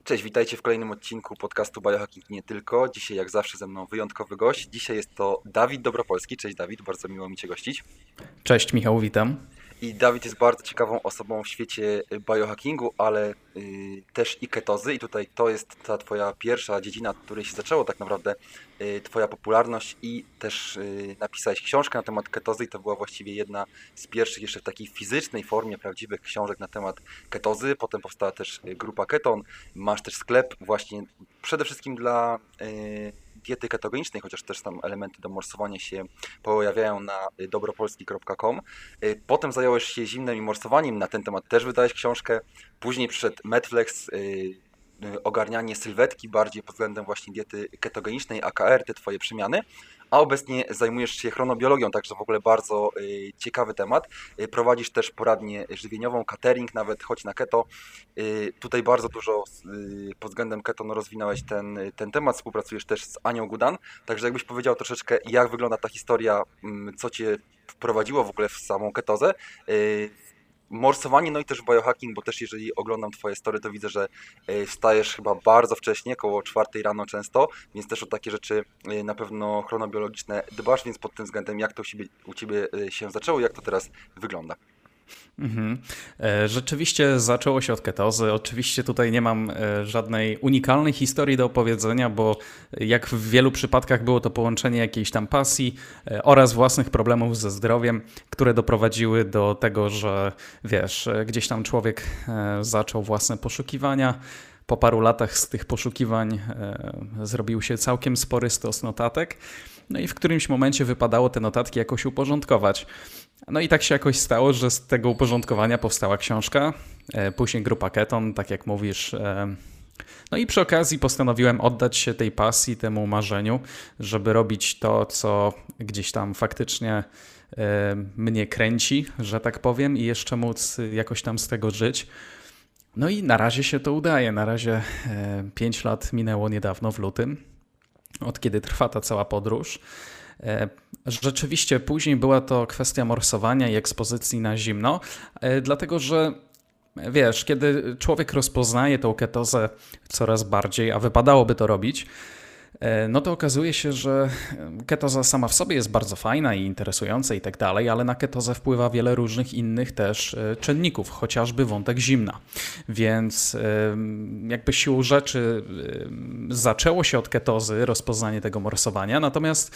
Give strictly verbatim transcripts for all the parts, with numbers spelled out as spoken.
Cześć, witajcie w kolejnym odcinku podcastu Biohacking Nie Tylko. Dzisiaj jak zawsze ze mną wyjątkowy gość. Dzisiaj jest to Dawid Dobropolski. Cześć Dawid, bardzo miło mi Cię gościć. Cześć Michał, witam. I Dawid jest bardzo ciekawą osobą w świecie biohackingu, ale y, też i ketozy. I tutaj to jest ta Twoja pierwsza dziedzina, od której się zaczęło tak naprawdę y, Twoja popularność i też y, napisałeś książkę na temat ketozy i to była właściwie jedna z pierwszych jeszcze w takiej fizycznej formie prawdziwych książek na temat ketozy. Potem powstała też y, grupa Keton. Masz też sklep właśnie przede wszystkim dla y, diety ketogenicznej, chociaż też tam elementy do morsowania się pojawiają na dobropolski kropka com. Potem zająłeś się zimnem i morsowaniem, na ten temat też wydałeś książkę. Później przyszedł Medflex, ogarnianie sylwetki bardziej pod względem właśnie diety ketogenicznej, A K R, te Twoje przemiany. A obecnie zajmujesz się chronobiologią, także w ogóle bardzo y, ciekawy temat. Y, prowadzisz też poradnię żywieniową, catering, nawet choć na keto. Y, tutaj bardzo dużo y, pod względem keto no, rozwinąłeś ten, ten temat, współpracujesz też z Anią Gudan. Także jakbyś powiedział troszeczkę, jak wygląda ta historia, y, co Cię wprowadziło w ogóle w samą ketozę, y, morsowanie, no i też biohacking, bo też jeżeli oglądam Twoje story, to widzę, że wstajesz chyba bardzo wcześnie, koło czwartej rano często, więc też o takie rzeczy na pewno chronobiologiczne dbasz, więc pod tym względem jak to u Ciebie, u ciebie się zaczęło, jak to teraz wygląda? Mhm. Rzeczywiście zaczęło się od ketozy. Oczywiście tutaj nie mam żadnej unikalnej historii do opowiedzenia, bo jak w wielu przypadkach było to połączenie jakiejś tam pasji oraz własnych problemów ze zdrowiem, które doprowadziły do tego, że wiesz, gdzieś tam człowiek zaczął własne poszukiwania. Po paru latach z tych poszukiwań e, zrobił się całkiem spory stos notatek, no i w którymś momencie wypadało te notatki jakoś uporządkować. No i tak się jakoś stało, że z tego uporządkowania powstała książka, e, później grupa Keton, tak jak mówisz. E, no i przy okazji postanowiłem oddać się tej pasji, temu marzeniu, żeby robić to, co gdzieś tam faktycznie e, mnie kręci, że tak powiem, i jeszcze móc jakoś tam z tego żyć. No i na razie się to udaje. Na razie pięć lat minęło niedawno, w lutym, od kiedy trwa ta cała podróż. Rzeczywiście później była to kwestia morsowania i ekspozycji na zimno, dlatego że wiesz, kiedy człowiek rozpoznaje tą ketozę coraz bardziej, a wypadałoby to robić, no to okazuje się, że ketoza sama w sobie jest bardzo fajna i interesująca i tak dalej, ale na ketozę wpływa wiele różnych innych też czynników, chociażby wątek zimna. Więc jakby siłą rzeczy zaczęło się od ketozy, rozpoznanie tego morsowania, natomiast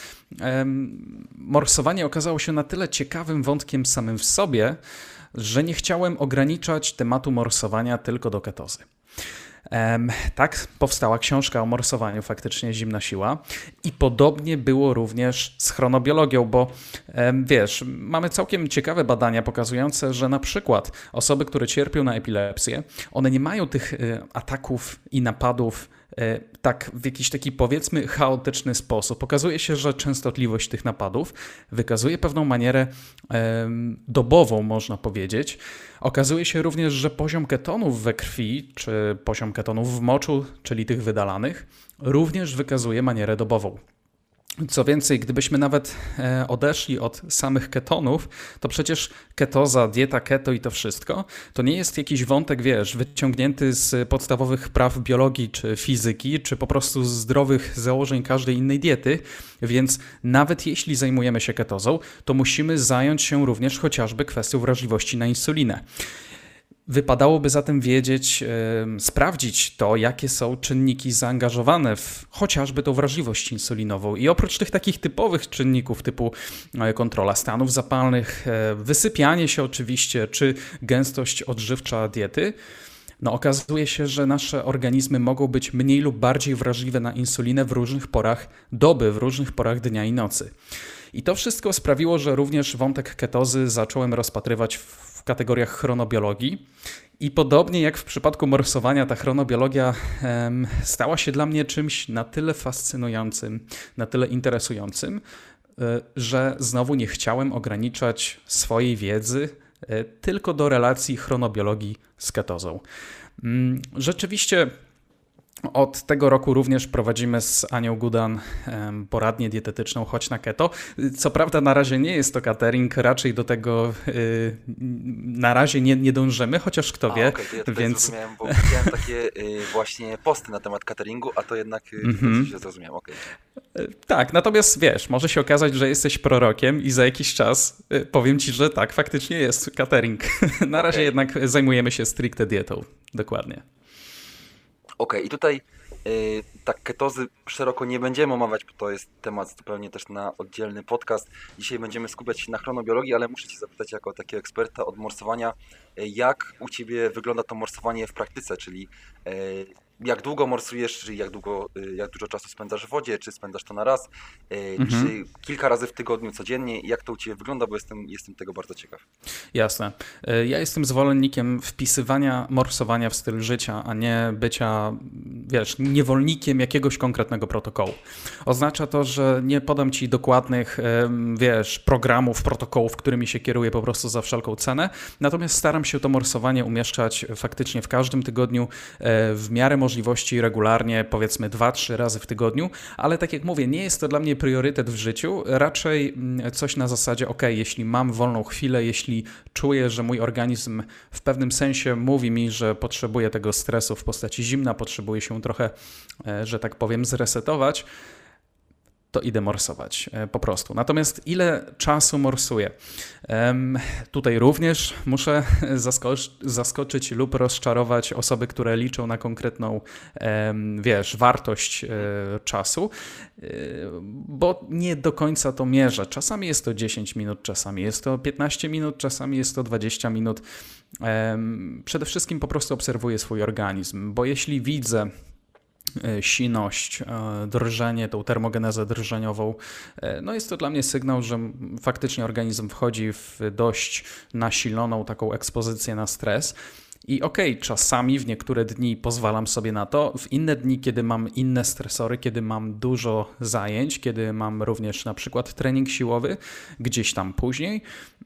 morsowanie okazało się na tyle ciekawym wątkiem samym w sobie, że nie chciałem ograniczać tematu morsowania tylko do ketozy. Um, tak powstała książka o morsowaniu, faktycznie Zimna Siła, i podobnie było również z chronobiologią, bo um, wiesz, mamy całkiem ciekawe badania pokazujące, że na przykład osoby, które cierpią na epilepsję, one nie mają tych y, ataków i napadów tak w jakiś taki, powiedzmy, chaotyczny sposób. Okazuje się, że częstotliwość tych napadów wykazuje pewną manierę e, dobową, można powiedzieć. Okazuje się również, że poziom ketonów we krwi, czy poziom ketonów w moczu, czyli tych wydalanych, również wykazuje manierę dobową. Co więcej, gdybyśmy nawet odeszli od samych ketonów, to przecież ketoza, dieta keto i to wszystko, to nie jest jakiś wątek, wiesz, wyciągnięty z podstawowych praw biologii czy fizyki, czy po prostu z zdrowych założeń każdej innej diety, więc nawet jeśli zajmujemy się ketozą, to musimy zająć się również chociażby kwestią wrażliwości na insulinę. Wypadałoby zatem wiedzieć, yy, sprawdzić to, jakie są czynniki zaangażowane w chociażby tą wrażliwość insulinową. I oprócz tych takich typowych czynników typu yy, kontrola stanów zapalnych, yy, wysypianie się oczywiście, czy gęstość odżywcza diety, no okazuje się, że nasze organizmy mogą być mniej lub bardziej wrażliwe na insulinę w różnych porach doby, w różnych porach dnia i nocy. I to wszystko sprawiło, że również wątek ketozy zacząłem rozpatrywać w w kategoriach chronobiologii i podobnie jak w przypadku morsowania, ta chronobiologia em, stała się dla mnie czymś na tyle fascynującym, na tyle interesującym, y, że znowu nie chciałem ograniczać swojej wiedzy y, tylko do relacji chronobiologii z ketozą. Mm, rzeczywiście Od tego roku również prowadzimy z Anią Gudan em, poradnię dietetyczną Chodź na Keto. Co prawda na razie nie jest to catering, raczej do tego y, na razie nie, nie dążymy, chociaż kto A, wie. okej, to ja tutaj Więc zrozumiałem, bo widziałem takie y, właśnie posty na temat cateringu, a to jednak y, mm-hmm. się zrozumiałem, okej. tak, natomiast wiesz, może się okazać, że jesteś prorokiem i za jakiś czas y, powiem ci, że tak, faktycznie jest catering. Na razie Okej. jednak zajmujemy się stricte dietą. Dokładnie. Okej, i tutaj y, tak ketozy szeroko nie będziemy omawiać, bo to jest temat zupełnie też na oddzielny podcast. Dzisiaj będziemy skupiać się na chronobiologii, ale muszę Cię zapytać jako takiego eksperta od morsowania, y, jak u Ciebie wygląda to morsowanie w praktyce, czyli y, jak długo morsujesz, czyli jak długo, y, jak dużo czasu spędzasz w wodzie, czy spędzasz to na raz, y, Mhm. czy kilka razy w tygodniu codziennie, jak to u Ciebie wygląda, bo jestem, jestem tego bardzo ciekaw. Jasne. Y, Ja jestem zwolennikiem wpisywania morsowania w styl życia, a nie bycia, wiesz, niewolnikiem jakiegoś konkretnego protokołu. Oznacza to, że nie podam ci dokładnych, em, wiesz, programów, protokołów, którymi się kieruję po prostu za wszelką cenę, natomiast staram się to morsowanie umieszczać faktycznie w każdym tygodniu, e, w miarę możliwości regularnie, powiedzmy dwa, trzy razy w tygodniu, ale tak jak mówię, nie jest to dla mnie priorytet w życiu, raczej mm, coś na zasadzie, ok, jeśli mam wolną chwilę, jeśli czuję, że mój organizm w pewnym sensie mówi mi, że potrzebuje tego stresu w postaci zimna, potrzebuje się trochę, e, że tak powiem, zresetować, to idę morsować e, po prostu. Natomiast ile czasu morsuję? Em, tutaj również muszę zaskocz- zaskoczyć lub rozczarować osoby, które liczą na konkretną, em, wiesz, wartość e, czasu, e, bo nie do końca to mierzę. Czasami jest to dziesięć minut, czasami jest to piętnaście minut, czasami jest to dwadzieścia minut. Em, przede wszystkim po prostu obserwuję swój organizm, bo jeśli widzę siność, drżenie, tą termogenezę drżeniową. No jest to dla mnie sygnał, że faktycznie organizm wchodzi w dość nasiloną taką ekspozycję na stres. I okej, okay, czasami w niektóre dni pozwalam sobie na to, w inne dni, kiedy mam inne stresory, kiedy mam dużo zajęć, kiedy mam również na przykład trening siłowy, gdzieś tam później,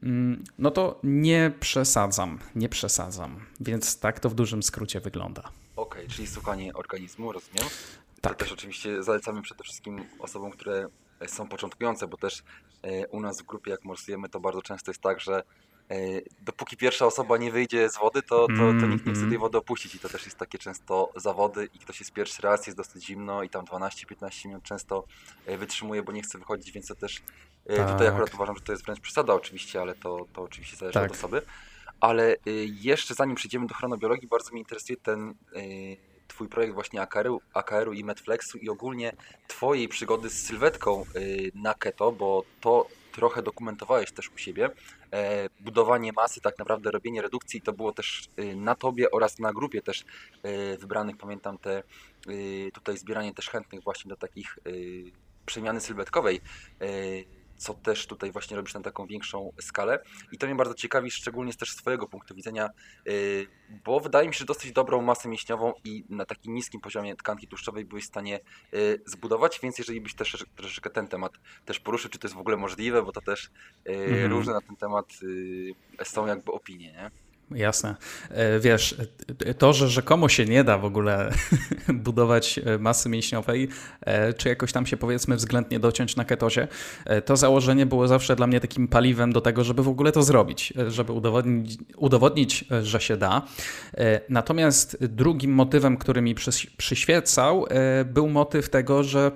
no to nie przesadzam, nie przesadzam. Więc tak to w dużym skrócie wygląda. Okej, czyli słuchanie organizmu, rozumiem. Tak. To też oczywiście zalecamy przede wszystkim osobom, które są początkujące, bo też e, u nas w grupie, jak morsujemy, to bardzo często jest tak, że e, dopóki pierwsza osoba nie wyjdzie z wody, to, to, to nikt nie chce tej wody opuścić i to też jest takie często zawody i ktoś jest pierwszy raz, jest dosyć zimno i tam dwanaście piętnaście minut często e, wytrzymuje, bo nie chce wychodzić, więc to też e, Tak. tutaj akurat uważam, że to jest wręcz przesada oczywiście, ale to, to oczywiście zależy Tak. od osoby. Ale y, jeszcze zanim przejdziemy do chronobiologii, bardzo mnie interesuje ten y, twój projekt właśnie A K R-u, A K R-u i Medflexu i ogólnie twojej przygody z sylwetką y, na keto, bo to trochę dokumentowałeś też u siebie. E, budowanie masy, tak naprawdę robienie redukcji, to było też y, na tobie oraz na grupie też y, wybranych, pamiętam te y, tutaj zbieranie też chętnych właśnie do takich y, przemiany sylwetkowej. Y, co też tutaj właśnie robisz na taką większą skalę. I to mnie bardzo ciekawi, szczególnie też z twojego punktu widzenia, yy, bo wydaje mi się, że dosyć dobrą masę mięśniową i na takim niskim poziomie tkanki tłuszczowej byłeś w stanie yy, zbudować, więc jeżeli byś też troszeczkę ten temat też poruszył, czy to jest w ogóle możliwe, bo to też yy, Mhm. różne na ten temat yy, są jakby opinie, nie? Jasne. Wiesz, to, że rzekomo się nie da w ogóle budować masy mięśniowej, czy jakoś tam się powiedzmy względnie dociąć na ketozie, to założenie było zawsze dla mnie takim paliwem do tego, żeby w ogóle to zrobić, żeby udowodnić, udowodnić że się da. Natomiast drugim motywem, który mi przyświecał, był motyw tego, że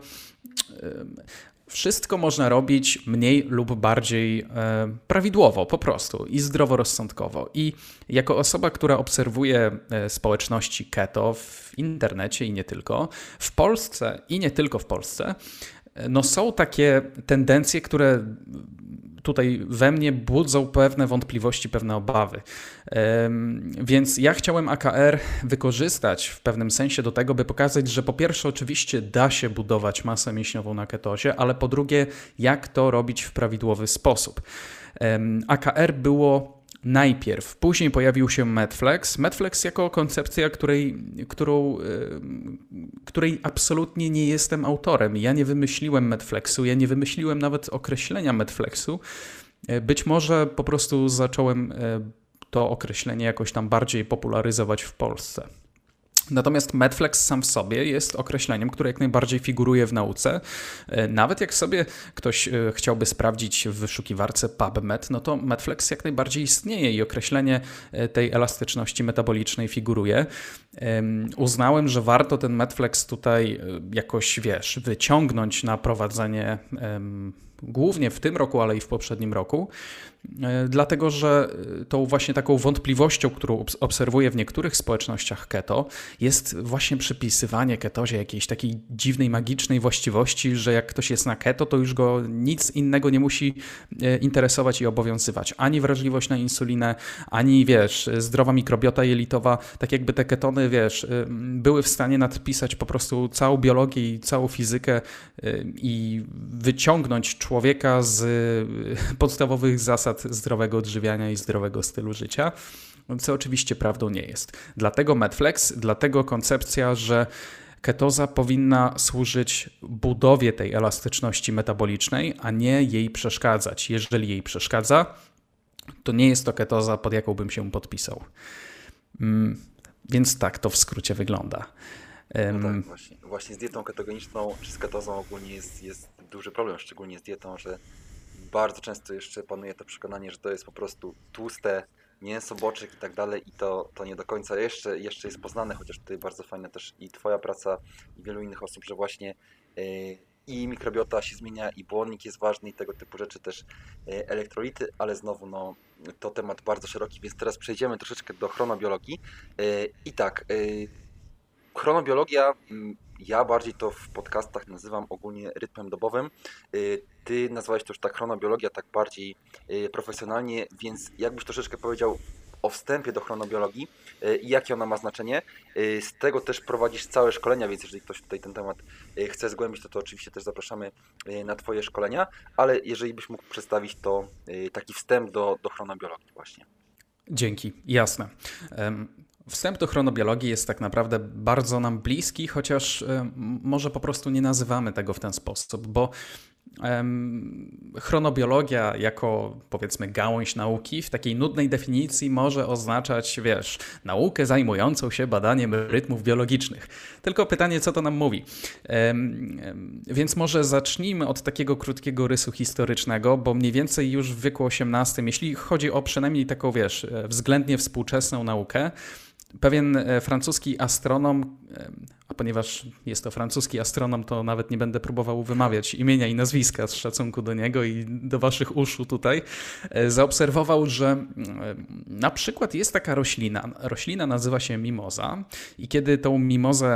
wszystko można robić mniej lub bardziej e, prawidłowo, po prostu i zdroworozsądkowo. I jako osoba, która obserwuje e, społeczności keto w internecie i nie tylko, w Polsce i nie tylko w Polsce, e, no są takie tendencje, które tutaj we mnie budzą pewne wątpliwości, pewne obawy. Więc ja chciałem A K R wykorzystać w pewnym sensie do tego, by pokazać, że po pierwsze oczywiście da się budować masę mięśniową na ketozie, ale po drugie jak to robić w prawidłowy sposób. A K R było najpierw, później pojawił się Medflex. Medflex jako koncepcja, której, którą, której absolutnie nie jestem autorem. Ja nie wymyśliłem Medflexu, ja nie wymyśliłem nawet określenia Medflexu. Być może po prostu zacząłem to określenie jakoś tam bardziej popularyzować w Polsce. Natomiast Medflex sam w sobie jest określeniem, które jak najbardziej figuruje w nauce. Nawet jak sobie ktoś chciałby sprawdzić w wyszukiwarce PubMed, no to Medflex jak najbardziej istnieje i określenie tej elastyczności metabolicznej figuruje. Uznałem, że warto ten Medflex tutaj jakoś, wiesz, wyciągnąć na prowadzenie głównie w tym roku, ale i w poprzednim roku, dlatego że tą właśnie taką wątpliwością, którą obserwuję w niektórych społecznościach keto, jest właśnie przypisywanie ketozie jakiejś takiej dziwnej, magicznej właściwości, że jak ktoś jest na keto, to już go nic innego nie musi interesować i obowiązywać. Ani wrażliwość na insulinę, ani, wiesz, zdrowa mikrobiota jelitowa, tak jakby te ketony, wiesz, były w stanie nadpisać po prostu całą biologię i całą fizykę i wyciągnąć człowieka z podstawowych zasad zdrowego odżywiania i zdrowego stylu życia, co oczywiście prawdą nie jest. Dlatego Medflex, dlatego koncepcja, że ketoza powinna służyć budowie tej elastyczności metabolicznej, a nie jej przeszkadzać. Jeżeli jej przeszkadza, to nie jest to ketoza, pod jaką bym się podpisał. Więc tak to w skrócie wygląda. No tak, właśnie. Właśnie z dietą ketogeniczną czy z ketozą ogólnie jest, jest duży problem, szczególnie z dietą, że bardzo często jeszcze panuje to przekonanie, że to jest po prostu tłuste mięso, boczek i tak dalej i to, to nie do końca jeszcze, jeszcze jest poznane, chociaż tutaj bardzo fajna też i Twoja praca i wielu innych osób, że właśnie yy, i mikrobiota się zmienia i błonnik jest ważny i tego typu rzeczy też yy, elektrolity, ale znowu no, to temat bardzo szeroki, więc teraz przejdziemy troszeczkę do chronobiologii yy, i tak, yy, chronobiologia, ja bardziej to w podcastach nazywam ogólnie rytmem dobowym. Ty nazwałeś to już tak chronobiologia, tak bardziej profesjonalnie, więc jakbyś troszeczkę powiedział o wstępie do chronobiologii i jakie ona ma znaczenie. Z tego też prowadzisz całe szkolenia, więc jeżeli ktoś tutaj ten temat chce zgłębić, to, to oczywiście też zapraszamy na Twoje szkolenia, ale jeżeli byś mógł przedstawić to taki wstęp do, do chronobiologii właśnie. Dzięki, jasne. Wstęp do chronobiologii jest tak naprawdę bardzo nam bliski, chociaż może po prostu nie nazywamy tego w ten sposób, bo chronobiologia jako, powiedzmy, gałąź nauki w takiej nudnej definicji może oznaczać, wiesz, naukę zajmującą się badaniem rytmów biologicznych. Tylko pytanie, co to nam mówi? Więc może zacznijmy od takiego krótkiego rysu historycznego, bo mniej więcej już w wieku osiemnastym, jeśli chodzi o przynajmniej taką, wiesz, względnie współczesną naukę, pewien francuski astronom, a ponieważ jest to francuski astronom, to nawet nie będę próbował wymawiać imienia i nazwiska z szacunku do niego i do waszych uszu tutaj, zaobserwował, że na przykład jest taka roślina. Roślina nazywa się mimoza i kiedy tą mimozę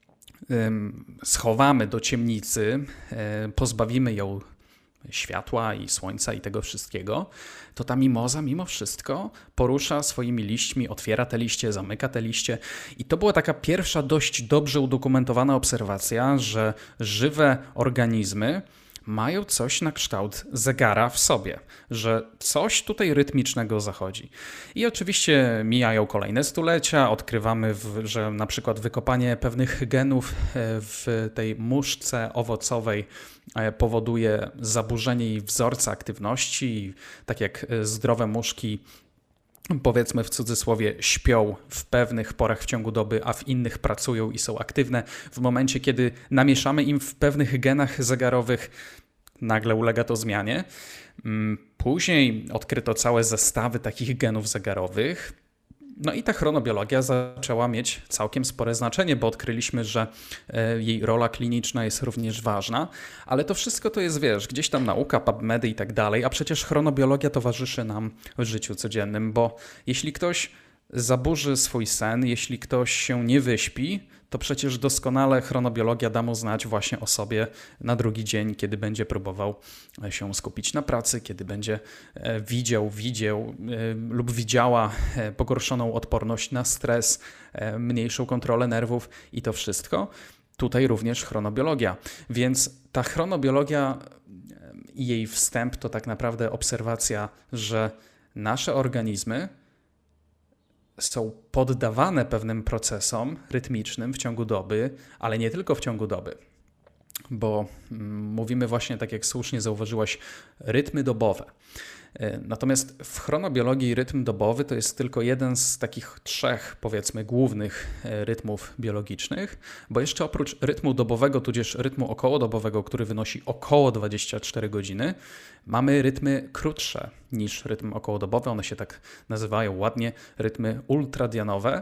schowamy do ciemnicy, pozbawimy ją światła i słońca i tego wszystkiego, to ta mimoza mimo wszystko porusza swoimi liśćmi, otwiera te liście, zamyka te liście i to była taka pierwsza dość dobrze udokumentowana obserwacja, że żywe organizmy mają coś na kształt zegara w sobie, że coś tutaj rytmicznego zachodzi. I oczywiście mijają kolejne stulecia, odkrywamy, w, że na przykład wykopanie pewnych genów w tej muszce owocowej powoduje zaburzenie jej wzorca aktywności, tak jak zdrowe muszki, powiedzmy w cudzysłowie, śpią w pewnych porach w ciągu doby, a w innych pracują i są aktywne. W momencie, kiedy namieszamy im w pewnych genach zegarowych, nagle ulega to zmianie. Później odkryto całe zestawy takich genów zegarowych. No i ta chronobiologia zaczęła mieć całkiem spore znaczenie, bo odkryliśmy, że jej rola kliniczna jest również ważna, ale to wszystko to jest, wiesz, gdzieś tam nauka, PubMedy i tak dalej, a przecież chronobiologia towarzyszy nam w życiu codziennym, bo jeśli ktoś zaburzy swój sen, jeśli ktoś się nie wyśpi, to przecież doskonale chronobiologia da mu znać właśnie o sobie na drugi dzień, kiedy będzie próbował się skupić na pracy, kiedy będzie widział, widział lub widziała pogorszoną odporność na stres, mniejszą kontrolę nerwów i to wszystko. Tutaj również chronobiologia. Więc ta chronobiologia i jej wstęp to tak naprawdę obserwacja, że nasze organizmy są poddawane pewnym procesom rytmicznym w ciągu doby, ale nie tylko w ciągu doby, bo mówimy właśnie, tak jak słusznie zauważyłaś, rytmy dobowe. Natomiast w chronobiologii rytm dobowy to jest tylko jeden z takich trzech, powiedzmy, głównych rytmów biologicznych, bo jeszcze oprócz rytmu dobowego, tudzież rytmu okołodobowego, który wynosi około dwadzieścia cztery godziny, mamy rytmy krótsze niż rytm okołodobowy. One się tak nazywają ładnie, rytmy ultradianowe.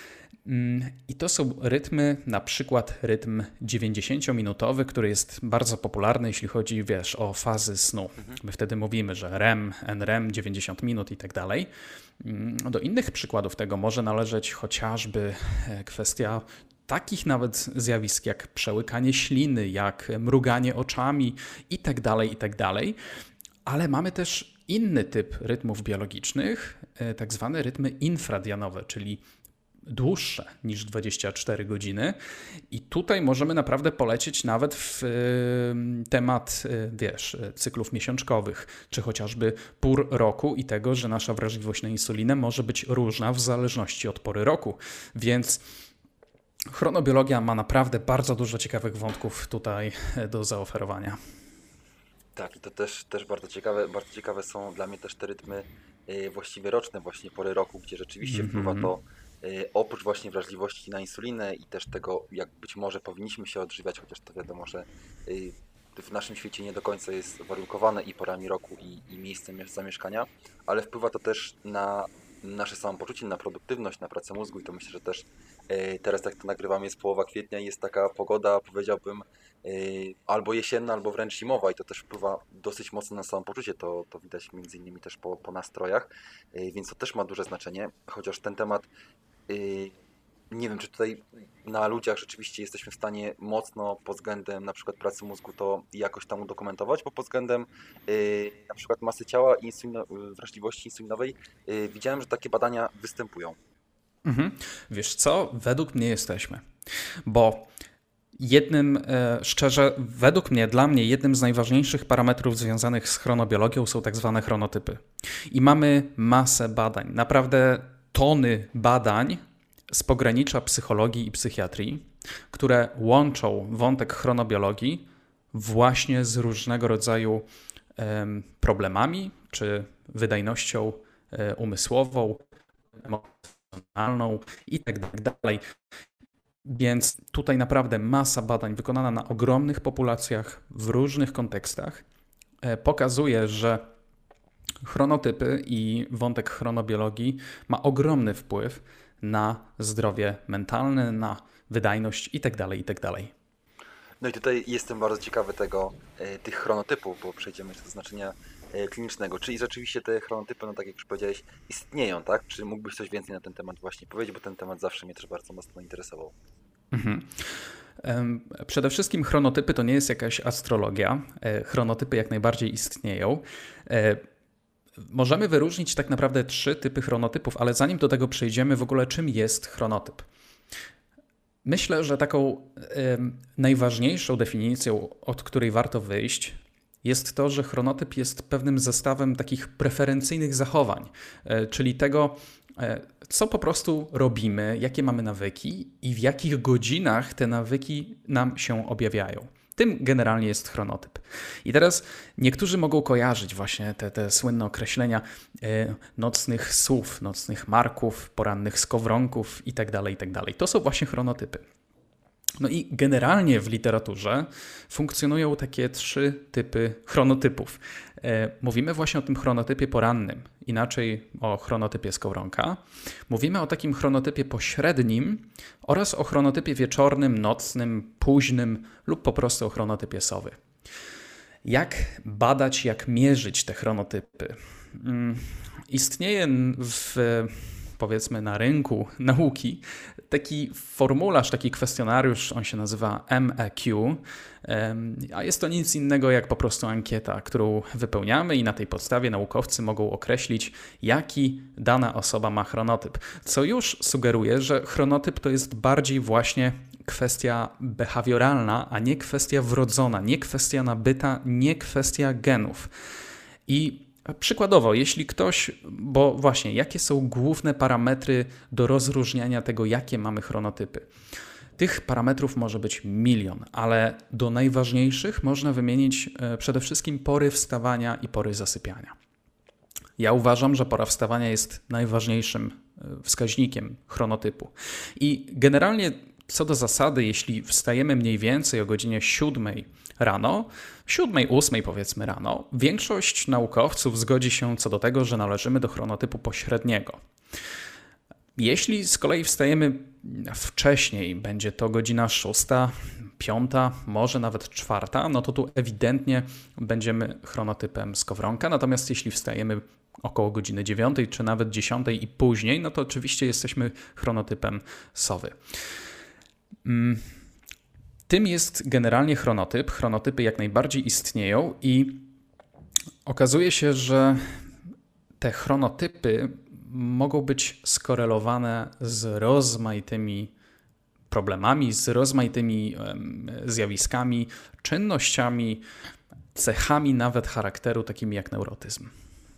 I to są rytmy, na przykład rytm dziewięćdziesięciominutowy, który jest bardzo popularny, jeśli chodzi, wiesz, o fazy snu. My wtedy mówimy, że R E M, N R E M, dziewięćdziesiąt minut i tak dalej. Do innych przykładów tego może należeć chociażby kwestia takich nawet zjawisk jak przełykanie śliny, jak mruganie oczami i tak dalej, i tak dalej. Ale mamy też inny typ rytmów biologicznych, tak zwane rytmy infradianowe, czyli dłuższe niż dwadzieścia cztery godziny i tutaj możemy naprawdę polecieć nawet w temat, wiesz, cyklów miesiączkowych, czy chociażby pór roku i tego, że nasza wrażliwość na insulinę może być różna w zależności od pory roku, więc chronobiologia ma naprawdę bardzo dużo ciekawych wątków tutaj do zaoferowania. Tak, i to też, też bardzo ciekawe, bardzo ciekawe są dla mnie też te rytmy właściwie roczne, właśnie pory roku, gdzie rzeczywiście mm-hmm. wpływa to oprócz właśnie wrażliwości na insulinę i też tego, jak być może powinniśmy się odżywiać, chociaż to wiadomo, że w naszym świecie nie do końca jest warunkowane i porami roku, i, i miejscem zamieszkania, ale wpływa to też na nasze samopoczucie, na produktywność, na pracę mózgu i to myślę, że też teraz jak to nagrywamy jest połowa kwietnia i jest taka pogoda, powiedziałbym, albo jesienna, albo wręcz zimowa i to też wpływa dosyć mocno na samopoczucie, to, to widać między innymi też po, po nastrojach, więc to też ma duże znaczenie, chociaż ten temat nie wiem, czy tutaj na ludziach rzeczywiście jesteśmy w stanie mocno pod względem na przykład pracy mózgu to jakoś tam udokumentować, bo pod względem yy, na przykład masy ciała i insulino, wrażliwości insulinowej yy, widziałem, że takie badania występują. Mhm. Wiesz co? Według mnie jesteśmy, bo jednym, e, szczerze, według mnie, dla mnie jednym z najważniejszych parametrów związanych z chronobiologią są tak zwane chronotypy. I mamy masę badań, naprawdę tony badań z pogranicza psychologii i psychiatrii, które łączą wątek chronobiologii właśnie z różnego rodzaju um, problemami, czy wydajnością um, umysłową, emocjonalną i tak dalej. Więc tutaj naprawdę masa badań wykonana na ogromnych populacjach w różnych kontekstach um, pokazuje, że chronotypy i wątek chronobiologii ma ogromny wpływ na zdrowie mentalne, na wydajność itd., itd. No i tutaj jestem bardzo ciekawy tego, e, tych chronotypów, bo przejdziemy do znaczenia e, klinicznego. Czyli rzeczywiście te chronotypy, no tak jak już powiedziałeś, istnieją, tak? Czy mógłbyś coś więcej na ten temat właśnie powiedzieć, bo ten temat zawsze mnie też bardzo mocno interesował. Mhm. Przede wszystkim chronotypy to nie jest jakaś astrologia. Chronotypy jak najbardziej istnieją. Możemy wyróżnić tak naprawdę trzy typy chronotypów, ale zanim do tego przejdziemy, w ogóle czym jest chronotyp? Myślę, że taką y, najważniejszą definicją, od której warto wyjść, jest to, że chronotyp jest pewnym zestawem takich preferencyjnych zachowań, y, czyli tego, y, co po prostu robimy, jakie mamy nawyki i w jakich godzinach te nawyki nam się objawiają. Tym generalnie jest chronotyp. I teraz niektórzy mogą kojarzyć właśnie te, te słynne określenia y, nocnych słów, nocnych marków, porannych skowronków itd., itd. To są właśnie chronotypy. No i generalnie w literaturze funkcjonują takie trzy typy chronotypów. Y, mówimy właśnie o tym chronotypie porannym, inaczej o chronotypie skowronka. Mówimy o takim chronotypie pośrednim oraz o chronotypie wieczornym, nocnym, późnym lub po prostu o chronotypie sowy. Jak badać, jak mierzyć te chronotypy? Istnieje w, powiedzmy, na rynku nauki taki formularz, taki kwestionariusz, on się nazywa M E Q, a jest to nic innego jak po prostu ankieta, którą wypełniamy i na tej podstawie naukowcy mogą określić, jaki dana osoba ma chronotyp. Co już sugeruje, że chronotyp to jest bardziej właśnie kwestia behawioralna, a nie kwestia wrodzona, nie kwestia nabyta, nie kwestia genów. I przykładowo, jeśli ktoś, bo właśnie, jakie są główne parametry do rozróżniania tego, jakie mamy chronotypy? Tych parametrów może być milion, ale do najważniejszych można wymienić przede wszystkim pory wstawania i pory zasypiania. Ja uważam, że pora wstawania jest najważniejszym wskaźnikiem chronotypu. I generalnie co do zasady, jeśli wstajemy mniej więcej o godzinie siódmej rano, siódmej, ósmej powiedzmy rano, większość naukowców zgodzi się co do tego, że należymy do chronotypu pośredniego. Jeśli z kolei wstajemy wcześniej, będzie to godzina szósta, piąta, może nawet czwarta, no to tu ewidentnie będziemy chronotypem skowronka. Natomiast jeśli wstajemy około godziny dziewiątej, czy nawet dziesiątej i później, no to oczywiście jesteśmy chronotypem sowy. Tym jest generalnie chronotyp. Chronotypy jak najbardziej istnieją i okazuje się, że te chronotypy mogą być skorelowane z rozmaitymi problemami, z rozmaitymi zjawiskami, czynnościami, cechami nawet charakteru, takimi jak neurotyzm.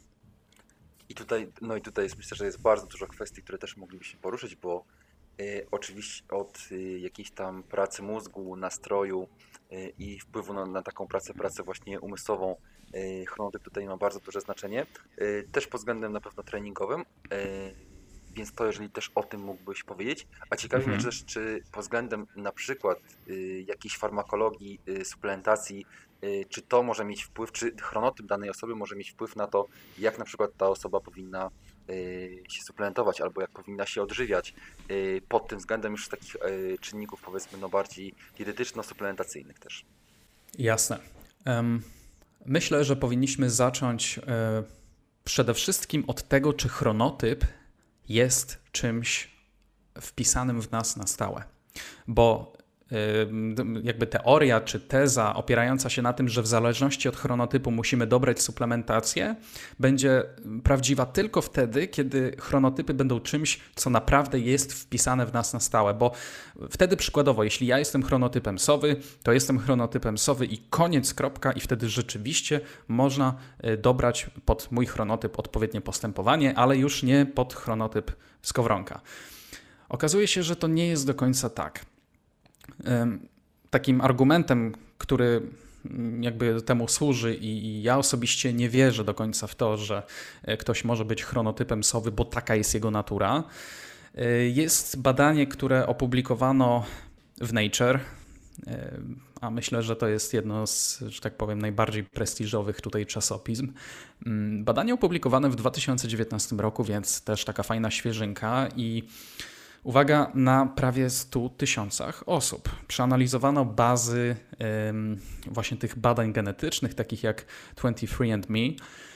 I tutaj, no i tutaj jest, myślę, że jest bardzo dużo kwestii, które też moglibyśmy poruszyć, bo y, oczywiście od y, jakiejś tam pracy mózgu, nastroju y, i wpływu na, na taką pracę, pracę właśnie umysłową, y, chronotyp tutaj ma bardzo duże znaczenie, y, też pod względem na pewno treningowym, y, więc to jeżeli też o tym mógłbyś powiedzieć, a ciekawi Mhm. mnie też, czy pod względem na przykład y, jakiejś farmakologii, y, suplementacji, y, czy to może mieć wpływ, czy chronotyp danej osoby może mieć wpływ na to, jak na przykład ta osoba powinna y, się suplementować, albo jak powinna się odżywiać, y, pod tym względem już z takich y, czynników powiedzmy no bardziej dietetyczno-suplementacyjnych też. Jasne. Em, Myślę, że powinniśmy zacząć e, przede wszystkim od tego, czy chronotyp jest czymś wpisanym w nas na stałe. Bo y, jakby teoria czy teza opierająca się na tym, że w zależności od chronotypu musimy dobrać suplementację, będzie prawdziwa tylko wtedy, kiedy chronotypy będą czymś, co naprawdę jest wpisane w nas na stałe. Bo wtedy przykładowo, jeśli ja jestem chronotypem sowy, to jestem chronotypem sowy i koniec, kropka, i wtedy rzeczywiście można y, dobrać pod mój chronotyp odpowiednie postępowanie, ale już nie pod chronotyp skowronka. Okazuje się, że to nie jest do końca tak. Ym, Takim argumentem, który mm, jakby temu służy i i ja osobiście nie wierzę do końca w to, że e, ktoś może być chronotypem sowy, bo taka jest jego natura, e, jest badanie, które opublikowano w Nature, e, a myślę, że to jest jedno z, że tak powiem, najbardziej prestiżowych tutaj czasopism. Ym, Badanie opublikowane w dwa tysiące dziewiętnastym roku, więc też taka fajna świeżynka i uwaga, na prawie stu tysiącach osób. Przeanalizowano bazy ym, właśnie tych badań genetycznych, takich jak dwadzieścia trzy and me.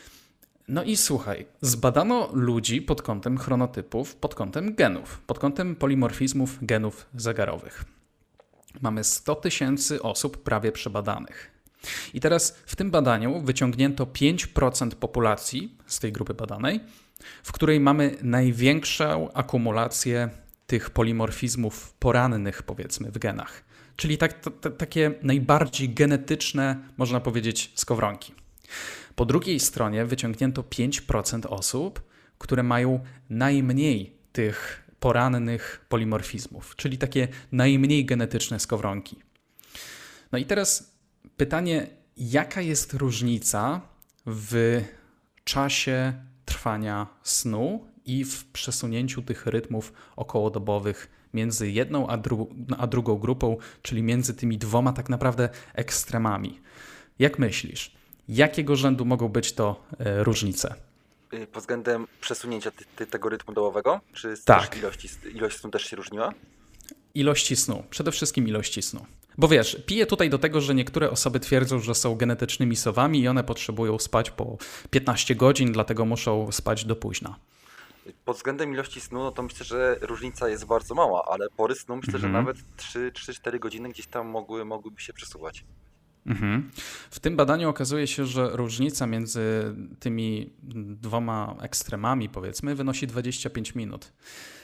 No i słuchaj, zbadano ludzi pod kątem chronotypów, pod kątem genów, pod kątem polimorfizmów genów zegarowych. Mamy sto tysięcy osób prawie przebadanych. I teraz w tym badaniu wyciągnięto pięć procent populacji z tej grupy badanej, w której mamy największą akumulację tych polimorfizmów porannych, powiedzmy, w genach. Czyli tak, to, to, takie najbardziej genetyczne, można powiedzieć, skowronki. Po drugiej stronie wyciągnięto pięć procent osób, które mają najmniej tych porannych polimorfizmów, czyli takie najmniej genetyczne skowronki. No i teraz pytanie, jaka jest różnica w czasie trwania snu i w przesunięciu tych rytmów okołodobowych między jedną a, dru- a drugą grupą, czyli między tymi dwoma tak naprawdę ekstremami. Jak myślisz, jakiego rzędu mogą być to e, różnice? Y, Pod względem przesunięcia ty, ty, tego rytmu dołowego, czy Tak. też ilości, ilość snu też się różniła? Ilości snu, przede wszystkim ilości snu. Bo wiesz, piję tutaj do tego, że niektóre osoby twierdzą, że są genetycznymi sowami i one potrzebują spać po piętnaście godzin, dlatego muszą spać do późna. Pod względem ilości snu, no to myślę, że różnica jest bardzo mała, ale pory snu myślę, że Mhm. nawet trzy cztery godziny gdzieś tam mogły, mogłyby się przesuwać. Mhm. W tym badaniu okazuje się, że różnica między tymi dwoma ekstremami, powiedzmy, wynosi dwadzieścia pięć minut.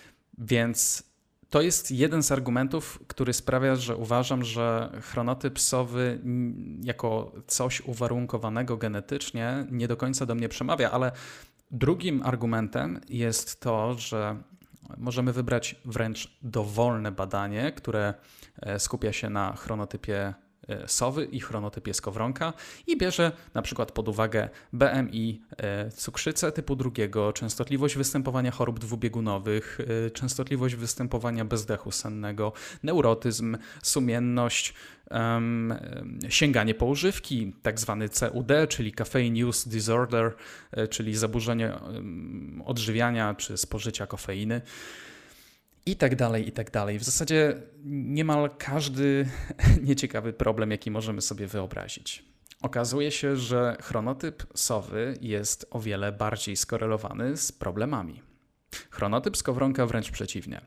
Więc to jest jeden z argumentów, który sprawia, że uważam, że chronotyp sowy mm, jako coś uwarunkowanego genetycznie nie do końca do mnie przemawia, ale drugim argumentem jest to, że możemy wybrać wręcz dowolne badanie, które e, skupia się na chronotypie e, sowy i chronotyp skowronka i bierze na przykład pod uwagę B M I e, cukrzycę typu drugiego, częstotliwość występowania chorób dwubiegunowych, e, częstotliwość występowania bezdechu sennego, neurotyzm, sumienność, um, sięganie po używki, tak zwany C U D, czyli Caffeine Use Disorder, e, czyli zaburzenie um, odżywiania czy spożycia kofeiny. I tak dalej, i tak dalej. W zasadzie niemal każdy nieciekawy problem, jaki możemy sobie wyobrazić. Okazuje się, że chronotyp sowy jest o wiele bardziej skorelowany z problemami. Chronotyp skowronka wręcz przeciwnie.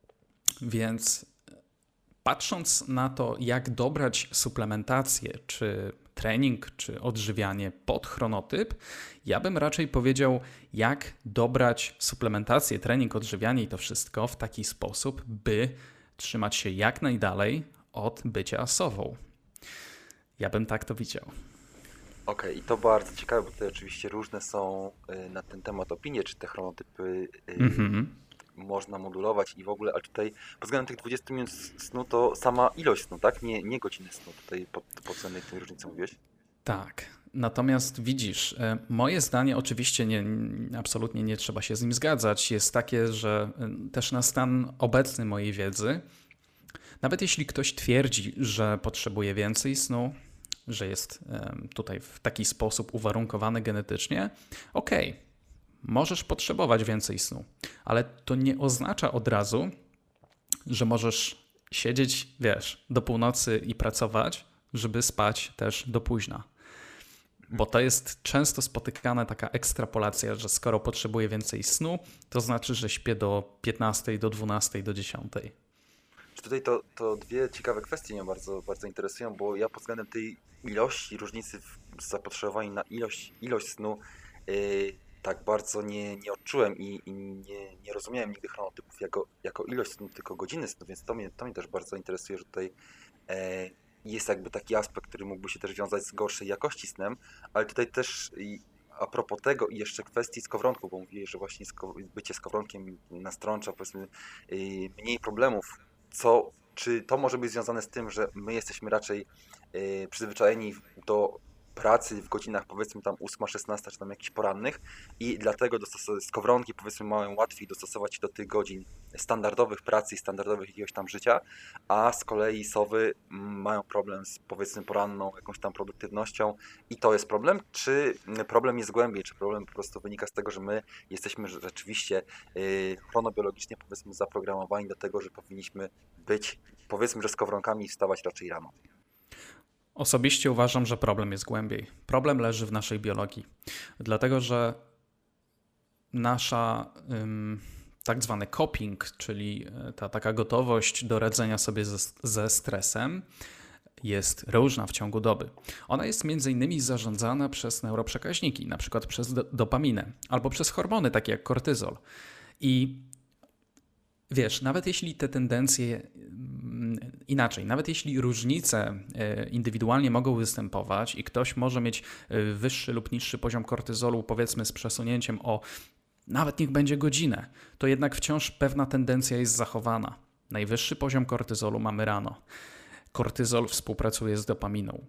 Więc patrząc na to, jak dobrać suplementację, czy trening, czy odżywianie pod chronotyp, ja bym raczej powiedział, jak dobrać suplementację, trening, odżywianie i to wszystko w taki sposób, by trzymać się jak najdalej od bycia sową. Ja bym tak to widział. Okej, okay, i to bardzo ciekawe, bo tutaj oczywiście różne są y, na ten temat opinie, czy te chronotypy y, mm-hmm. można modulować i w ogóle, ale tutaj pod względem tych dwudziestu minut snu to sama ilość snu, tak? Nie, nie godziny snu tutaj pod, pod względem tej różnicy mówiłeś? Tak, natomiast widzisz, moje zdanie oczywiście nie, absolutnie nie trzeba się z nim zgadzać, jest takie, że też na stan obecny mojej wiedzy, nawet jeśli ktoś twierdzi, że potrzebuje więcej snu, że jest tutaj w taki sposób uwarunkowany genetycznie, okej, okay, możesz potrzebować więcej snu, ale to nie oznacza od razu, że możesz siedzieć, wiesz, do północy i pracować, żeby spać też do późna. Bo to jest często spotykana taka ekstrapolacja, że skoro potrzebuję więcej snu, to znaczy, że śpię do piętnastej, do dwunastej, do dziesiątej. Tutaj to, to dwie ciekawe kwestie mnie bardzo, bardzo interesują, bo ja pod względem tej ilości, różnicy w zapotrzebowaniu na ilość, ilość snu yy, tak bardzo nie, nie odczułem i, i nie, nie rozumiałem nigdy chronotypów jako, jako ilość snu, tylko godziny snu, więc to mnie, to mnie też bardzo interesuje, że tutaj yy, jest jakby taki aspekt, który mógłby się też wiązać z gorszej jakości snem, ale tutaj też i a propos tego i jeszcze kwestii skowronków, bo mówiłeś, że właśnie bycie skowronkiem nastrącza powiedzmy yy, mniej problemów. Co, czy to może być związane z tym, że my jesteśmy raczej yy, przyzwyczajeni do pracy w godzinach powiedzmy tam ósma, szesnasta czy tam jakichś porannych i dlatego dostos- skowronki powiedzmy mają łatwiej dostosować się do tych godzin standardowych pracy i standardowych jakiegoś tam życia, a z kolei sowy mają problem z powiedzmy poranną jakąś tam produktywnością i to jest problem, czy problem jest głębiej, czy problem po prostu wynika z tego, że my jesteśmy rzeczywiście yy, chronobiologicznie powiedzmy zaprogramowani do tego, że powinniśmy być powiedzmy, że skowronkami i wstawać raczej rano. Osobiście uważam, że problem jest głębiej. Problem leży w naszej biologii, dlatego że nasza ym, tak zwany coping, czyli ta taka gotowość do radzenia sobie ze, ze stresem, jest różna w ciągu doby. Ona jest między innymi zarządzana przez neuroprzekaźniki, na przykład przez do, dopaminę albo przez hormony takie jak kortyzol. I wiesz, nawet jeśli te tendencje, inaczej, nawet jeśli różnice indywidualnie mogą występować i ktoś może mieć wyższy lub niższy poziom kortyzolu, powiedzmy z przesunięciem o nawet niech będzie godzinę, to jednak wciąż pewna tendencja jest zachowana. Najwyższy poziom kortyzolu mamy rano. Kortyzol współpracuje z dopaminą.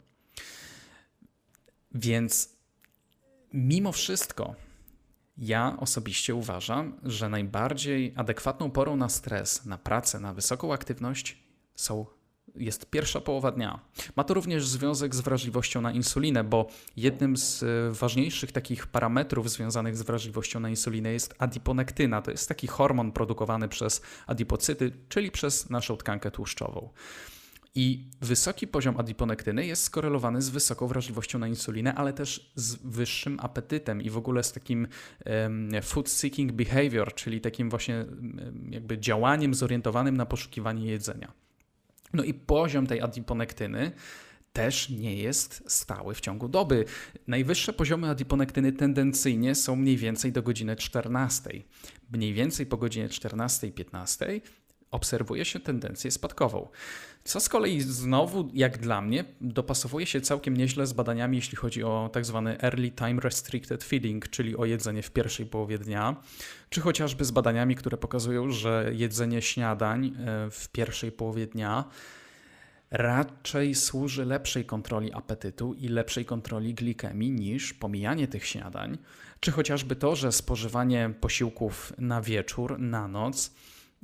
Więc mimo wszystko ja osobiście uważam, że najbardziej adekwatną porą na stres, na pracę, na wysoką aktywność są, jest pierwsza połowa dnia. Ma to również związek z wrażliwością na insulinę, bo jednym z ważniejszych takich parametrów związanych z wrażliwością na insulinę jest adiponektyna. To jest taki hormon produkowany przez adipocyty, czyli przez naszą tkankę tłuszczową. I wysoki poziom adiponektyny jest skorelowany z wysoką wrażliwością na insulinę, ale też z wyższym apetytem i w ogóle z takim um, food seeking behavior, czyli takim właśnie um, jakby działaniem zorientowanym na poszukiwanie jedzenia. No i poziom tej adiponektyny też nie jest stały w ciągu doby. Najwyższe poziomy adiponektyny tendencyjnie są mniej więcej do godziny czternastej. Mniej więcej po godzinie czternastej piętnastej obserwuje się tendencję spadkową. Co z kolei znowu, jak dla mnie, dopasowuje się całkiem nieźle z badaniami, jeśli chodzi o tak zwany Early Time Restricted Feeding, czyli o jedzenie w pierwszej połowie dnia, czy chociażby z badaniami, które pokazują, że jedzenie śniadań w pierwszej połowie dnia raczej służy lepszej kontroli apetytu i lepszej kontroli glikemii niż pomijanie tych śniadań, czy chociażby to, że spożywanie posiłków na wieczór, na noc,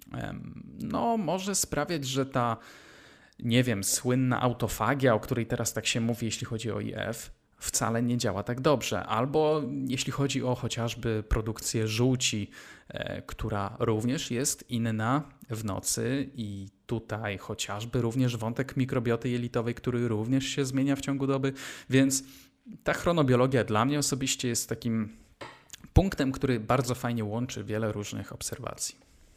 no może sprawiać, że ta, nie wiem, słynna autofagia, o której teraz tak się mówi, jeśli chodzi o I F, wcale nie działa tak dobrze. Albo jeśli chodzi o chociażby produkcję żółci, e, która również jest inna w nocy i tutaj chociażby również wątek mikrobioty jelitowej, który również się zmienia w ciągu doby, więc ta chronobiologia dla mnie osobiście jest takim punktem, który bardzo fajnie łączy wiele różnych obserwacji.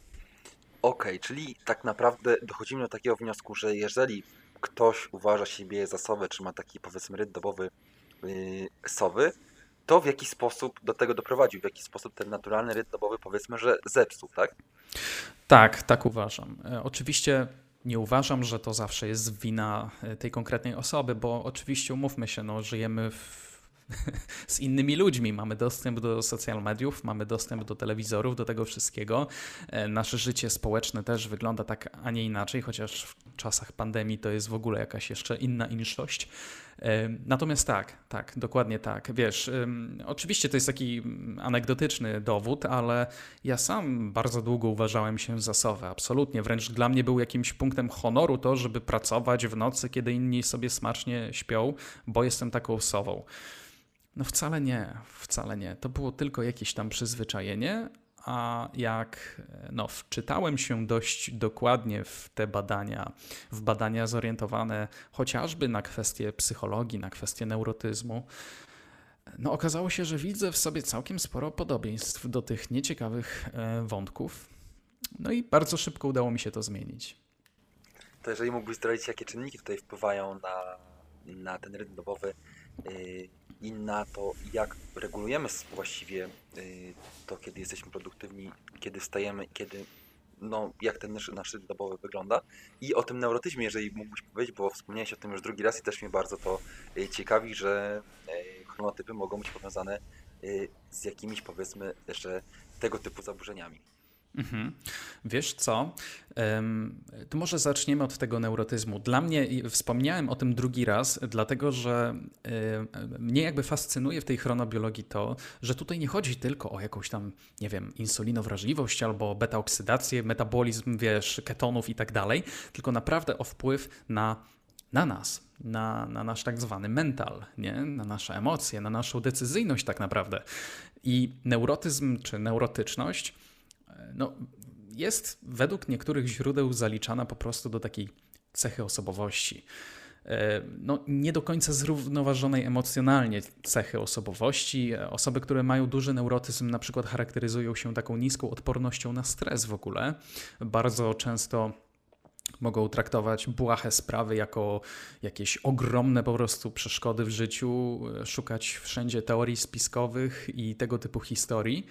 Okej, czyli tak naprawdę dochodzimy do takiego wniosku, że jeżeli ktoś uważa siebie za sowę, czy ma taki powiedzmy rytm dobowy yy, sowy, to w jaki sposób do tego doprowadził, w jaki sposób ten naturalny rytm dobowy powiedzmy, że zepsuł, tak? Tak, tak uważam. E, Oczywiście nie uważam, że to zawsze jest wina e, tej konkretnej osoby, bo oczywiście umówmy się, no, żyjemy w z innymi ludźmi. Mamy dostęp do social mediów, mamy dostęp do telewizorów, do tego wszystkiego. E, Nasze życie społeczne też wygląda tak, a nie inaczej, chociaż w czasach pandemii to jest w ogóle jakaś jeszcze inna inszość. E, Natomiast tak, tak, dokładnie tak. Wiesz, ym, oczywiście to jest taki mm, anegdotyczny dowód, ale ja sam bardzo długo uważałem się za sowę, absolutnie. Wręcz dla mnie był jakimś punktem honoru to, żeby pracować w nocy, kiedy inni sobie smacznie śpią, bo jestem taką sową. No wcale nie, wcale nie. To było tylko jakieś tam przyzwyczajenie, a jak no, wczytałem się dość dokładnie w te badania, w badania zorientowane chociażby na kwestie psychologii, na kwestie neurotyzmu, no okazało się, że widzę w sobie całkiem sporo podobieństw do tych nieciekawych e, wątków. No i bardzo szybko udało mi się to zmienić. To jeżeli mógłbyś zdradzić, jakie czynniki tutaj wpływają na, na ten rytm dobowy yy, i na to, jak regulujemy s- właściwie yy, to, kiedy jesteśmy produktywni, kiedy wstajemy, kiedy, no, jak ten nasz, nasz rytm dobowy wygląda. I o tym neurotyzmie, jeżeli mógłbyś powiedzieć, bo wspomniałeś o tym już drugi raz i też mnie bardzo to yy, ciekawi, że yy, chronotypy mogą być powiązane yy, z jakimiś, powiedzmy, że tego typu zaburzeniami. Mhm. Wiesz co? Em, To może zaczniemy od tego neurotyzmu. Dla mnie, i wspomniałem o tym drugi raz, dlatego że em, mnie jakby fascynuje w tej chronobiologii to, że tutaj nie chodzi tylko o jakąś tam, nie wiem, insulinowrażliwość albo beta-oksydację, metabolizm, wiesz, ketonów i tak dalej, tylko naprawdę o wpływ na, na nas, na, na nasz tak zwany mental, nie? Na nasze emocje, na naszą decyzyjność tak naprawdę. I neurotyzm czy neurotyczność no, jest według niektórych źródeł zaliczana po prostu do takiej cechy osobowości. E, No, nie do końca zrównoważonej emocjonalnie cechy osobowości. Osoby, które mają duży neurotyzm, na przykład charakteryzują się taką niską odpornością na stres w ogóle. Bardzo często mogą traktować błahe sprawy jako jakieś ogromne po prostu przeszkody w życiu, szukać wszędzie teorii spiskowych i tego typu historii.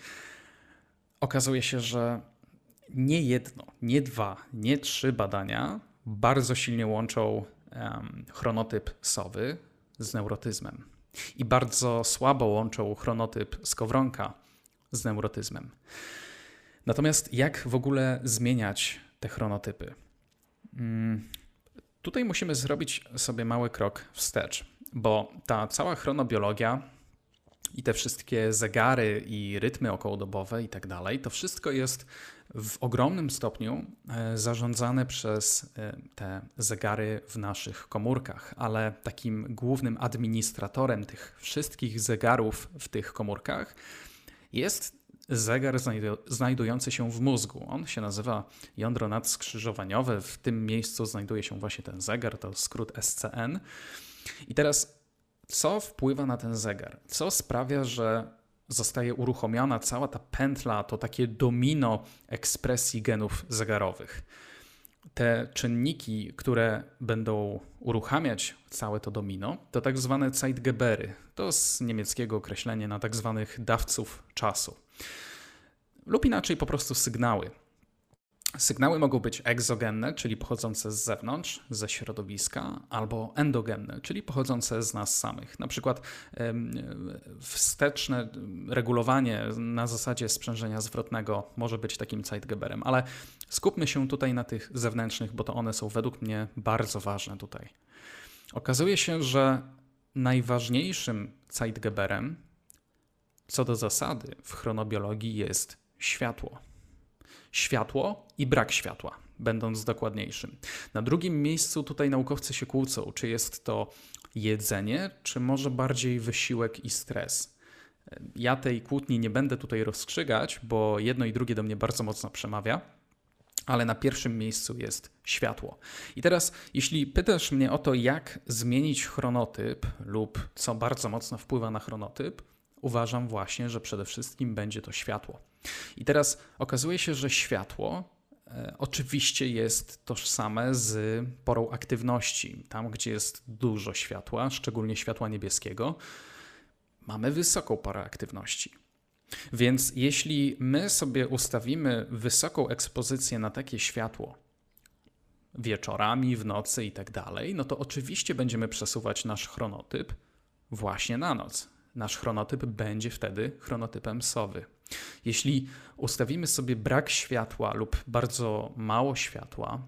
Okazuje się, że nie jedno, nie dwa, nie trzy badania bardzo silnie łączą em, chronotyp sowy z neurotyzmem i bardzo słabo łączą chronotyp skowronka z neurotyzmem. Natomiast jak w ogóle zmieniać te chronotypy? Mm, Tutaj musimy zrobić sobie mały krok wstecz, bo ta cała chronobiologia i te wszystkie zegary i rytmy okołodobowe i tak dalej, to wszystko jest w ogromnym stopniu e, zarządzane przez e, te zegary w naszych komórkach, ale takim głównym administratorem tych wszystkich zegarów w tych komórkach jest zegar znajdu- znajdujący się w mózgu. On się nazywa jądro nadskrzyżowaniowe. W tym miejscu znajduje się właśnie ten zegar, to skrót S C N. I teraz co wpływa na ten zegar? Co sprawia, że zostaje uruchomiona cała ta pętla, to takie domino ekspresji genów zegarowych? Te czynniki, które będą uruchamiać całe to domino, to tak zwane Zeitgebery. To z niemieckiego określenie na tak zwanych dawców czasu. Lub inaczej po prostu sygnały. Sygnały mogą być egzogenne, czyli pochodzące z zewnątrz, ze środowiska, albo endogenne, czyli pochodzące z nas samych. Na przykład wsteczne regulowanie na zasadzie sprzężenia zwrotnego może być takim Zeitgeberem, ale skupmy się tutaj na tych zewnętrznych, bo to one są według mnie bardzo ważne tutaj. Okazuje się, że najważniejszym Zeitgeberem co do zasady w chronobiologii jest światło. Światło i brak światła, będąc dokładniejszym. Na drugim miejscu tutaj naukowcy się kłócą, czy jest to jedzenie, czy może bardziej wysiłek i stres. Ja tej kłótni nie będę tutaj rozstrzygać, bo jedno i drugie do mnie bardzo mocno przemawia, ale na pierwszym miejscu jest światło. I teraz, jeśli pytasz mnie o to, jak zmienić chronotyp lub co bardzo mocno wpływa na chronotyp, uważam właśnie, że przede wszystkim będzie to światło. I teraz okazuje się, że światło e, oczywiście jest tożsame z porą aktywności. Tam, gdzie jest dużo światła, szczególnie światła niebieskiego, mamy wysoką porę aktywności. Więc jeśli my sobie ustawimy wysoką ekspozycję na takie światło wieczorami, w nocy i tak dalej, no to oczywiście będziemy przesuwać nasz chronotyp właśnie na noc. Nasz chronotyp będzie wtedy chronotypem sowy. Jeśli ustawimy sobie brak światła lub bardzo mało światła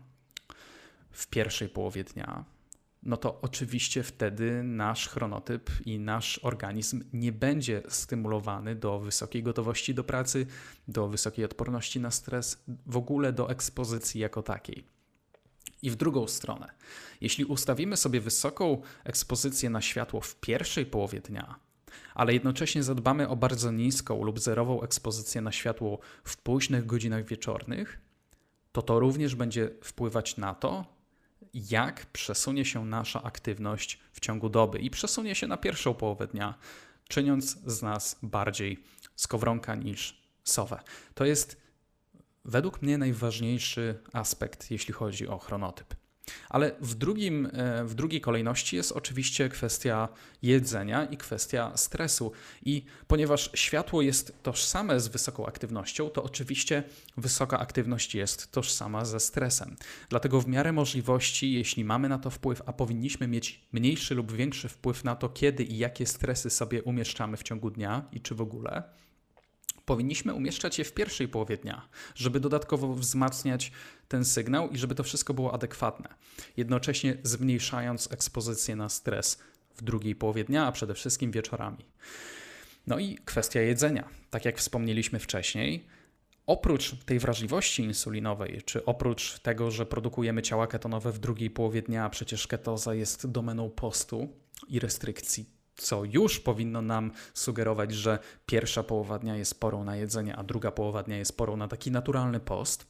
w pierwszej połowie dnia, no to oczywiście wtedy nasz chronotyp i nasz organizm nie będzie stymulowany do wysokiej gotowości do pracy, do wysokiej odporności na stres, w ogóle do ekspozycji jako takiej. I w drugą stronę, jeśli ustawimy sobie wysoką ekspozycję na światło w pierwszej połowie dnia, ale jednocześnie zadbamy o bardzo niską lub zerową ekspozycję na światło w późnych godzinach wieczornych, to to również będzie wpływać na to, jak przesunie się nasza aktywność w ciągu doby i przesunie się na pierwszą połowę dnia, czyniąc z nas bardziej skowronka niż sowę. To jest według mnie najważniejszy aspekt, jeśli chodzi o chronotyp. Ale w, drugim, w drugiej kolejności jest oczywiście kwestia jedzenia i kwestia stresu. I ponieważ światło jest tożsame z wysoką aktywnością, to oczywiście wysoka aktywność jest tożsama ze stresem. Dlatego w miarę możliwości, jeśli mamy na to wpływ, a powinniśmy mieć mniejszy lub większy wpływ na to, kiedy i jakie stresy sobie umieszczamy w ciągu dnia i czy w ogóle, powinniśmy umieszczać je w pierwszej połowie dnia, żeby dodatkowo wzmacniać ten sygnał i żeby to wszystko było adekwatne. Jednocześnie zmniejszając ekspozycję na stres w drugiej połowie dnia, a przede wszystkim wieczorami. No i kwestia jedzenia. Tak jak wspomnieliśmy wcześniej, oprócz tej wrażliwości insulinowej, czy oprócz tego, że produkujemy ciała ketonowe w drugiej połowie dnia, przecież ketoza jest domeną postu i restrykcji, co już powinno nam sugerować, że pierwsza połowa dnia jest porą na jedzenie, a druga połowa dnia jest porą na taki naturalny post,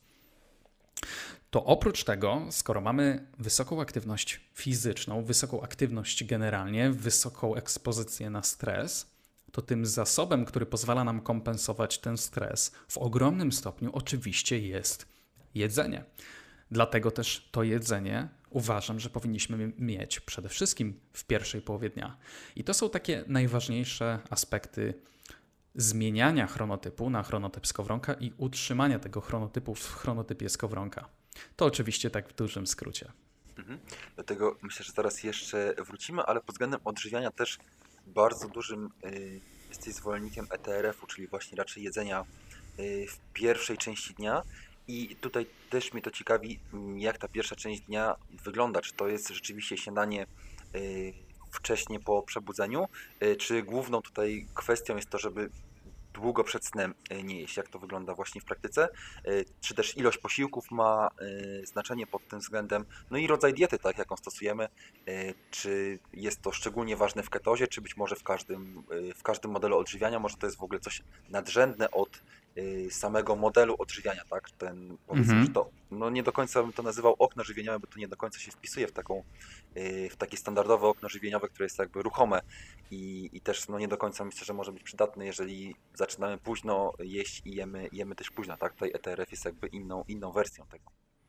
to oprócz tego, skoro mamy wysoką aktywność fizyczną, wysoką aktywność generalnie, wysoką ekspozycję na stres, to tym zasobem, który pozwala nam kompensować ten stres w ogromnym stopniu oczywiście jest jedzenie. Dlatego też to jedzenie uważam, że powinniśmy mieć przede wszystkim w pierwszej połowie dnia. I to są takie najważniejsze aspekty zmieniania chronotypu na chronotyp skowronka i utrzymania tego chronotypu w chronotypie skowronka. To oczywiście tak w dużym skrócie. Mhm. Do tego myślę, że zaraz jeszcze wrócimy, ale pod względem odżywiania też bardzo dużym y, jesteś zwolennikiem E T R F u, czyli właśnie raczej jedzenia y, w pierwszej części dnia. I tutaj też mnie to ciekawi, jak ta pierwsza część dnia wygląda. Czy to jest rzeczywiście śniadanie y, wcześnie po przebudzeniu, y, czy główną tutaj kwestią jest to, żeby długo przed snem y, nie jeść? Jak to wygląda właśnie w praktyce? Y, Czy też ilość posiłków ma y, znaczenie pod tym względem? No i rodzaj diety, tak, jaką stosujemy. Y, Czy jest to szczególnie ważne w ketozie, czy być może w każdym, y, w każdym modelu odżywiania? Może to jest w ogóle coś nadrzędne od y, samego modelu odżywiania, tak? Ten, powiedzmy, Mhm. że to, no nie do końca bym to nazywał okno żywieniowe, bo to nie do końca się wpisuje w taką, y, w takie standardowe okno żywieniowe, które jest jakby ruchome i, i też no nie do końca myślę, że może być przydatne, jeżeli zaczynamy późno jeść i jemy, jemy też późno, tak? Tutaj E T R F jest jakby inną, inną wersją tego.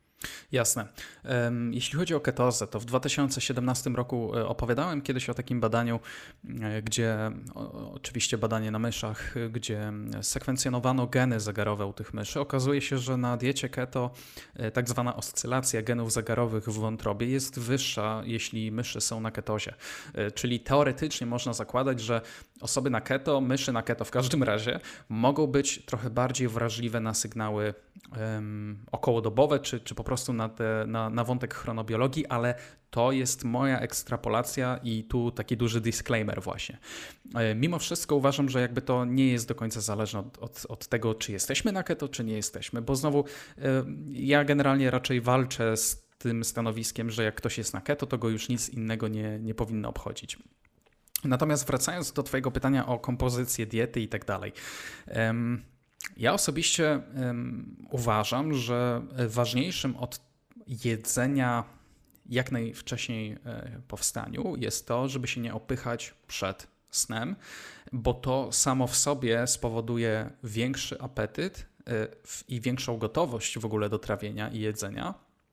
Jasne. Em, Jeśli chodzi o ketozę, to w dwa tysiące siedemnastym roku e, opowiadałem kiedyś o takim badaniu, e, gdzie o, oczywiście badanie na myszach, e, gdzie sekwencjonowano geny zegarowe u tych myszy. Okazuje się, że na diecie keto e, tak zwana oscylacja genów zegarowych w wątrobie jest wyższa, jeśli myszy są na ketozie. E, Czyli teoretycznie można zakładać, że osoby na keto, myszy na keto w każdym razie, mogą być trochę bardziej wrażliwe na sygnały em, okołodobowe, czy, czy po prostu na, te, na, na wątek chronobiologii, ale to jest moja ekstrapolacja i tu taki duży disclaimer właśnie. E, Mimo wszystko uważam, że jakby to nie jest do końca zależne od, od, od tego, czy jesteśmy na keto, czy nie jesteśmy, bo znowu e, ja generalnie raczej walczę z tym stanowiskiem, że jak ktoś jest na keto, to go już nic innego nie, nie powinno obchodzić. Natomiast wracając do Twojego pytania o kompozycję diety i tak dalej. em, Ja osobiście em, uważam, że ważniejszym od jedzenia jak najwcześniej e, po wstaniu jest to, żeby się nie opychać przed snem, bo to samo w sobie spowoduje większy apetyt e, w- i większą gotowość w ogóle do trawienia i jedzenia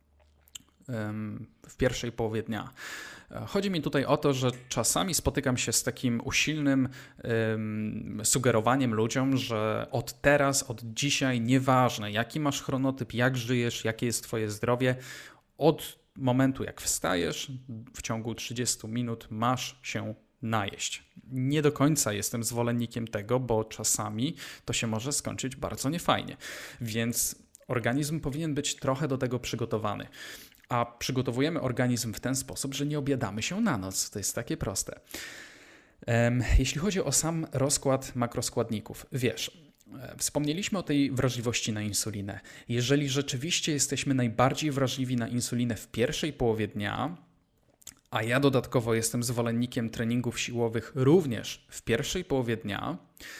em, w pierwszej połowie dnia. E, Chodzi mi tutaj o to, że czasami spotykam się z takim usilnym em, sugerowaniem ludziom, że od teraz, od dzisiaj, nieważne jaki masz chronotyp, jak żyjesz, jakie jest twoje zdrowie, od momentu jak wstajesz, w ciągu trzydziestu minut masz się najeść. Nie do końca jestem zwolennikiem tego, bo czasami to się może skończyć bardzo niefajnie. Więc organizm powinien być trochę do tego przygotowany. A przygotowujemy organizm w ten sposób, że nie obiadamy się na noc. To jest takie proste. Em, Jeśli chodzi o sam rozkład makroskładników, wiesz, e, wspomnieliśmy o tej wrażliwości na insulinę. Jeżeli rzeczywiście jesteśmy najbardziej wrażliwi na insulinę w pierwszej połowie dnia, a ja dodatkowo jestem zwolennikiem treningów siłowych również w pierwszej połowie dnia,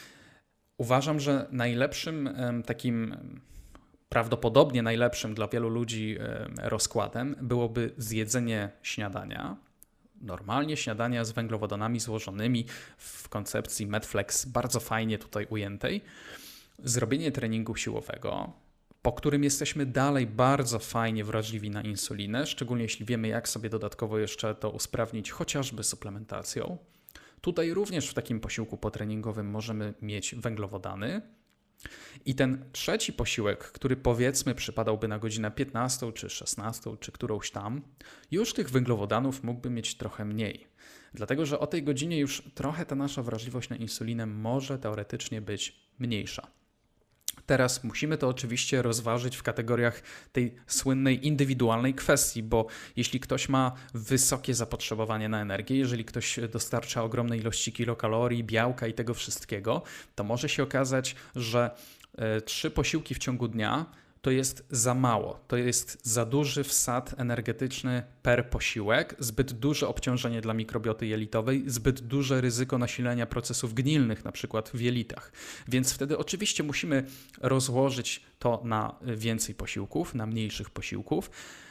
uważam, że najlepszym em, takim em, prawdopodobnie najlepszym dla wielu ludzi em, rozkładem byłoby zjedzenie śniadania. Normalnie śniadania z węglowodanami złożonymi w koncepcji Medflex, bardzo fajnie tutaj ujętej. Zrobienie treningu siłowego, po którym jesteśmy dalej bardzo fajnie wrażliwi na insulinę, szczególnie jeśli wiemy, jak sobie dodatkowo jeszcze to usprawnić, chociażby suplementacją. Tutaj również w takim posiłku potreningowym możemy mieć węglowodany. I ten trzeci posiłek, który powiedzmy przypadałby na godzinę piętnastą czy szesnastą, czy którąś tam, już tych węglowodanów mógłby mieć trochę mniej. Dlatego, że o tej godzinie już trochę ta nasza wrażliwość na insulinę może teoretycznie być mniejsza. Teraz musimy to oczywiście rozważyć w kategoriach tej słynnej indywidualnej kwestii, bo jeśli ktoś ma wysokie zapotrzebowanie na energię, jeżeli ktoś dostarcza ogromne ilości kilokalorii, białka i tego wszystkiego, to może się okazać, że e, trzy posiłki w ciągu dnia to jest za mało. To jest za duży wsad energetyczny per posiłek, zbyt duże obciążenie dla mikrobioty jelitowej, zbyt duże ryzyko nasilenia procesów gnilnych, na przykład w jelitach. Więc wtedy oczywiście musimy rozłożyć to na więcej posiłków, na mniejszych posiłków.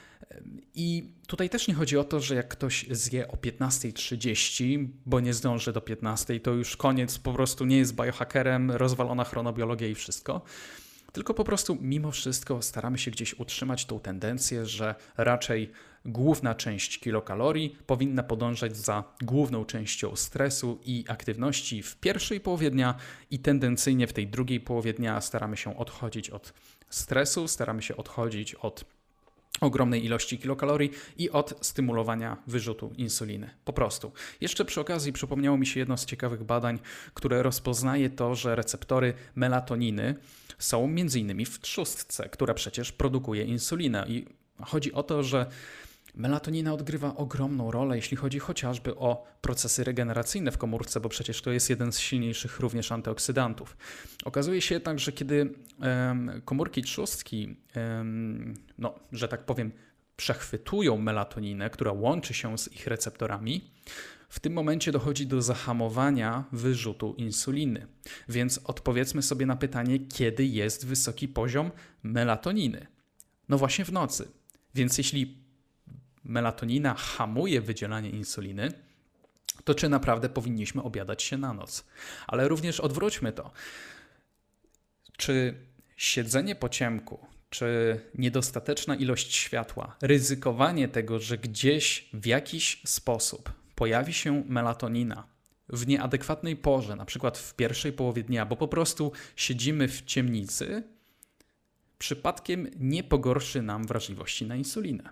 I tutaj też nie chodzi o to, że jak ktoś zje o piętnasta trzydzieści, bo nie zdąży do piętnastej, to już koniec, po prostu nie jest biohackerem, rozwalona chronobiologia i wszystko. Tylko po prostu mimo wszystko staramy się gdzieś utrzymać tą tendencję, że raczej główna część kilokalorii powinna podążać za główną częścią stresu i aktywności w pierwszej połowie dnia i tendencyjnie w tej drugiej połowie dnia staramy się odchodzić od stresu, staramy się odchodzić od ogromnej ilości kilokalorii i od stymulowania wyrzutu insuliny. Po prostu. Jeszcze przy okazji przypomniało mi się jedno z ciekawych badań, które rozpoznaje to, że receptory melatoniny są między innymi w trzustce, która przecież produkuje insulinę. I chodzi o to, że melatonina odgrywa ogromną rolę, jeśli chodzi chociażby o procesy regeneracyjne w komórce, bo przecież to jest jeden z silniejszych również antyoksydantów. Okazuje się jednak, że kiedy em, komórki trzustki, em, no, że tak powiem, przechwytują melatoninę, która łączy się z ich receptorami, w tym momencie dochodzi do zahamowania wyrzutu insuliny. Więc odpowiedzmy sobie na pytanie, kiedy jest wysoki poziom melatoniny. No właśnie w nocy. Więc jeśli melatonina hamuje wydzielanie insuliny, to czy naprawdę powinniśmy obiadać się na noc? Ale również odwróćmy to. Czy siedzenie po ciemku, czy niedostateczna ilość światła, ryzykowanie tego, że gdzieś w jakiś sposób pojawi się melatonina w nieadekwatnej porze, na przykład w pierwszej połowie dnia, bo po prostu siedzimy w ciemnicy, przypadkiem nie pogorszy nam wrażliwości na insulinę.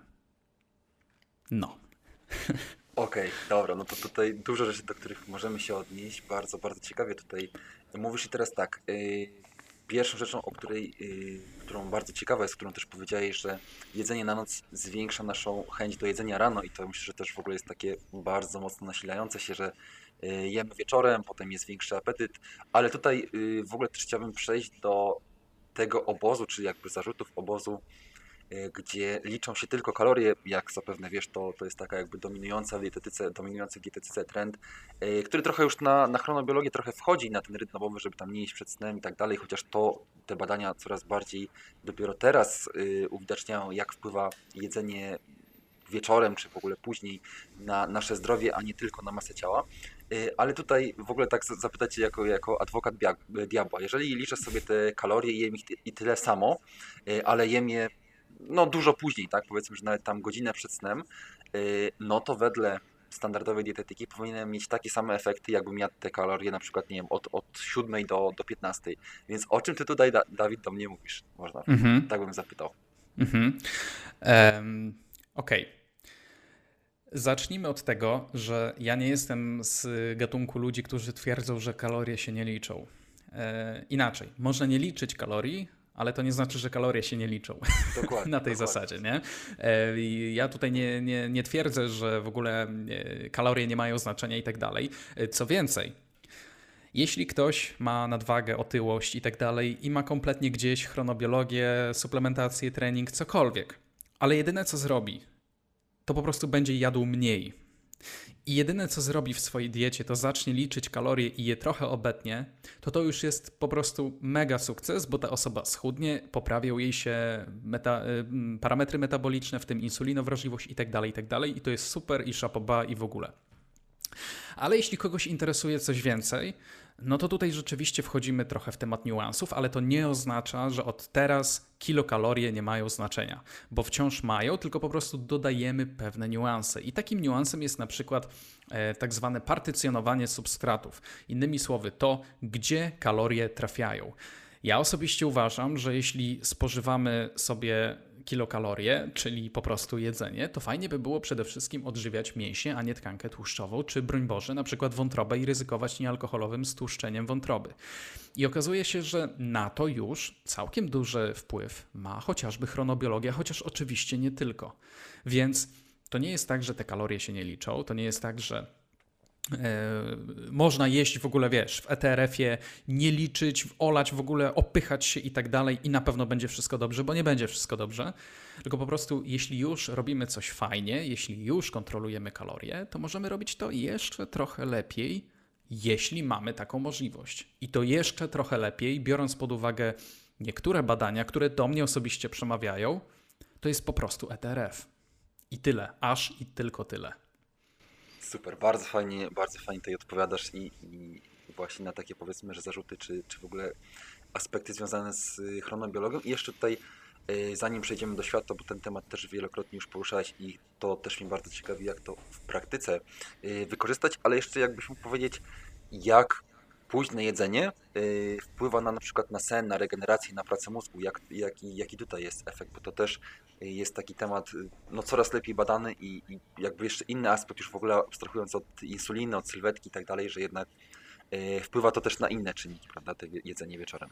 No. Okej, dobra, no to tutaj dużo rzeczy, do których możemy się odnieść. Bardzo, bardzo ciekawie tutaj mówisz i teraz tak. Yy, pierwszą rzeczą, o której, yy, którą bardzo ciekawa jest, którą też powiedziałeś, że jedzenie na noc zwiększa naszą chęć do jedzenia rano i to myślę, że też w ogóle jest takie bardzo mocno nasilające się, że yy, jemy wieczorem, potem jest większy apetyt, ale tutaj yy, w ogóle też chciałbym przejść do tego obozu, czy jakby zarzutów obozu, e, gdzie liczą się tylko kalorie, jak zapewne wiesz, to, to jest taka jakby dominująca w dietetyce, dominujący w dietetyce trend, e, który trochę już na, na chronobiologię trochę wchodzi, na ten rytm dobowy, żeby tam nie iść przed snem i tak dalej, chociaż to te badania coraz bardziej dopiero teraz y, uwidaczniają, jak wpływa jedzenie wieczorem, czy w ogóle później na nasze zdrowie, a nie tylko na masę ciała. Y, Ale tutaj w ogóle tak z- zapytać Cię jako, jako adwokat bia- diabła. Jeżeli liczę sobie te kalorie i jem ich ty- i tyle samo, y, ale jem je no, dużo później, tak? Powiedzmy, że nawet tam godzinę przed snem, y, no to wedle standardowej dietetyki powinienem mieć takie same efekty, jakbym jadł te kalorie na przykład, nie wiem, od, od siódmej do, do piętnastej. Więc o czym Ty tutaj, Da- Dawid, do mnie mówisz? Można, Mhm. tak bym zapytał. Mhm. Em, Okej. Zacznijmy od tego, że ja nie jestem z gatunku ludzi, którzy twierdzą, że kalorie się nie liczą. E, inaczej, można nie liczyć kalorii, ale to nie znaczy, że kalorie się nie liczą. Dokładnie. Na tej dokładnie. zasadzie, nie? E, i Ja tutaj nie, nie, nie twierdzę, że w ogóle e, kalorie nie mają znaczenia i tak dalej. E, Co więcej, jeśli ktoś ma nadwagę, otyłość i tak dalej i ma kompletnie gdzieś chronobiologię, suplementację, trening, cokolwiek, ale jedyne co zrobi, to po prostu będzie jadł mniej. I jedyne co zrobi w swojej diecie, to zacznie liczyć kalorie i je trochę obetnie, to to już jest po prostu mega sukces, bo ta osoba schudnie, poprawią jej się meta, y, parametry metaboliczne, w tym insulinowrażliwość i tak dalej, i tak dalej. I to jest super i chapeau i w ogóle. Ale jeśli kogoś interesuje coś więcej, no to tutaj rzeczywiście wchodzimy trochę w temat niuansów, ale to nie oznacza, że od teraz kilokalorie nie mają znaczenia, bo wciąż mają, tylko po prostu dodajemy pewne niuanse. I takim niuansem jest na przykład e, tak zwane partycjonowanie substratów. Innymi słowy, to gdzie kalorie trafiają. Ja osobiście uważam, że jeśli spożywamy sobie kilokalorie, czyli po prostu jedzenie, to fajnie by było przede wszystkim odżywiać mięśnie, a nie tkankę tłuszczową, czy broń Boże, na przykład wątrobę i ryzykować niealkoholowym stłuszczeniem wątroby. I okazuje się, że na to już całkiem duży wpływ ma chociażby chronobiologia, chociaż oczywiście nie tylko. Więc to nie jest tak, że te kalorie się nie liczą, to nie jest tak, że E, można jeść w ogóle, wiesz, w E T R F-ie, nie liczyć, olać w ogóle, opychać się i tak dalej i na pewno będzie wszystko dobrze, bo nie będzie wszystko dobrze. Tylko po prostu, jeśli już robimy coś fajnie, jeśli już kontrolujemy kalorie, to możemy robić to jeszcze trochę lepiej, jeśli mamy taką możliwość. I to jeszcze trochę lepiej, biorąc pod uwagę niektóre badania, które do mnie osobiście przemawiają, to jest po prostu E T R F. I tyle, aż i tylko tyle. Super, bardzo fajnie, bardzo fajnie tutaj odpowiadasz i, i właśnie na takie powiedzmy, że zarzuty, czy, czy w ogóle aspekty związane z y, chronobiologią. I jeszcze tutaj, y, zanim przejdziemy do świata, bo ten temat też wielokrotnie już poruszałeś i to też mnie bardzo ciekawi, jak to w praktyce y, wykorzystać, ale jeszcze jakbyś mógł powiedzieć, jak późne jedzenie y, wpływa na na przykład na sen, na regenerację, na pracę mózgu, jak, jaki, jaki tutaj jest efekt, bo to też y, jest taki temat y, no, coraz lepiej badany i, i jakby jeszcze inny aspekt, już w ogóle abstrahując od insuliny, od sylwetki i tak dalej, że jednak y, wpływa to też na inne czynniki, prawda, te jedzenie wieczorem.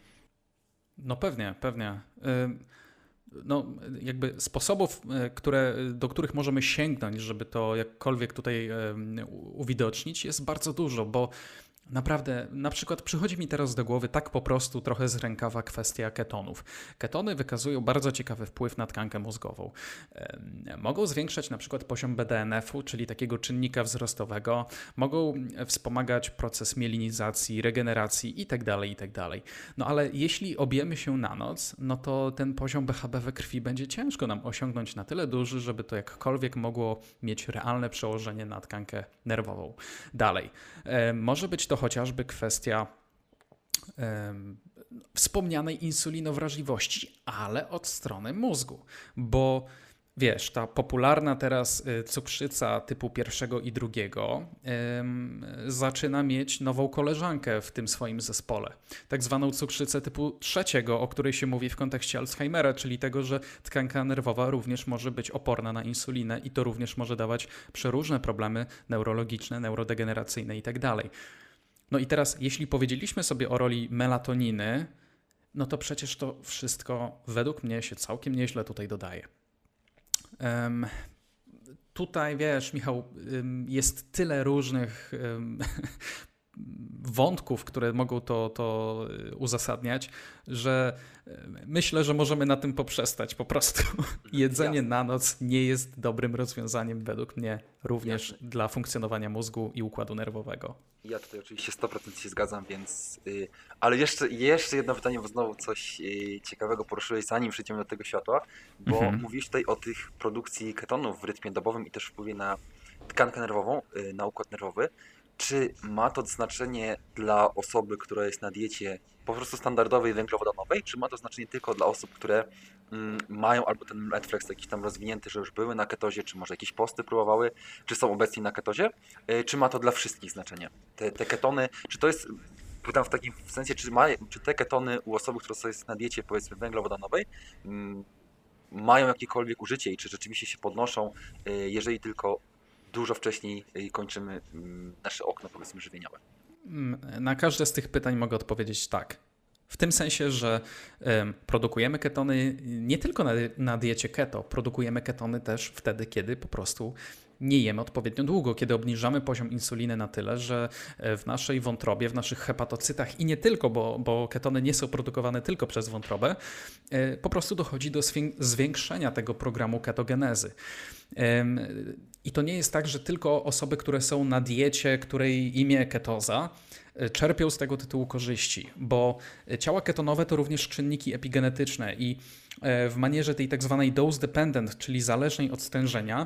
No pewnie, pewnie. Ym, No, jakby sposobów, e, które, do których możemy sięgnąć, żeby to jakkolwiek tutaj em, u- uwidocznić, jest bardzo dużo, bo naprawdę, na przykład przychodzi mi teraz do głowy tak po prostu trochę z rękawa kwestia ketonów. Ketony wykazują bardzo ciekawy wpływ na tkankę mózgową. Em, Mogą zwiększać na przykład poziom B D N F-u, czyli takiego czynnika wzrostowego, mogą wspomagać proces mielinizacji, regeneracji itd., itd. No ale jeśli objemy się na noc, no to ten poziom B H B we krwi będzie ciężko nam osiągnąć na tyle duży, żeby to jakkolwiek mogło mieć realne przełożenie na tkankę nerwową. Dalej, e, może być to chociażby kwestia em, wspomnianej insulinowrażliwości, ale od strony mózgu, bo wiesz, ta popularna teraz cukrzyca typu pierwszego i drugiego ym, zaczyna mieć nową koleżankę w tym swoim zespole. Tak zwaną cukrzycę typu trzeciego, o której się mówi w kontekście Alzheimera, czyli tego, że tkanka nerwowa również może być oporna na insulinę i to również może dawać przeróżne problemy neurologiczne, neurodegeneracyjne itd. No i teraz, jeśli powiedzieliśmy sobie o roli melatoniny, no to przecież to wszystko według mnie się całkiem nieźle tutaj dodaje. Um, tutaj, wiesz, Michał, um, jest tyle różnych um, wątków, które mogą to, to uzasadniać, że myślę, że możemy na tym poprzestać po prostu. Jedzenie Jasne. na noc nie jest dobrym rozwiązaniem według mnie również Jasne. dla funkcjonowania mózgu i układu nerwowego. Ja tutaj oczywiście sto procent się zgadzam, więc... y, ale jeszcze, jeszcze jedno pytanie, bo znowu coś y, ciekawego poruszyłeś, zanim przejdziemy do tego światła, bo Mhm. mówisz tutaj o tych produkcji ketonów w rytmie dobowym i też wpływie na tkankę nerwową, y, na układ nerwowy. Czy ma to znaczenie dla osoby, która jest na diecie po prostu standardowej, węglowodanowej, czy ma to znaczenie tylko dla osób, które mm, mają albo ten Netflix jakiś tam rozwinięty, że już były na ketozie, czy może jakieś posty próbowały, czy są obecnie na ketozie, y, czy ma to dla wszystkich znaczenie? Te, te ketony, czy to jest, pytam w takim sensie, czy, ma, czy te ketony u osoby, która jest na diecie powiedzmy węglowodanowej, mm, mają jakiekolwiek użycie i czy rzeczywiście się podnoszą, y, jeżeli tylko dużo wcześniej y, kończymy mm, nasze okno powiedzmy żywieniowe? Mm, Na każde z tych pytań mogę odpowiedzieć tak. W tym sensie, że em, produkujemy ketony nie tylko na, na diecie keto, produkujemy ketony też wtedy, kiedy po prostu nie jemy odpowiednio długo, kiedy obniżamy poziom insuliny na tyle, że e, w naszej wątrobie, w naszych hepatocytach i nie tylko, bo, bo ketony nie są produkowane tylko przez wątrobę, e, po prostu dochodzi do zwię- zwiększenia tego programu ketogenezy. Em, I to nie jest tak, że tylko osoby, które są na diecie, której imię ketoza, e, czerpią z tego tytułu korzyści, bo ciała ketonowe to również czynniki epigenetyczne i e, w manierze tej tak zwanej dose dependent, czyli zależnej od stężenia,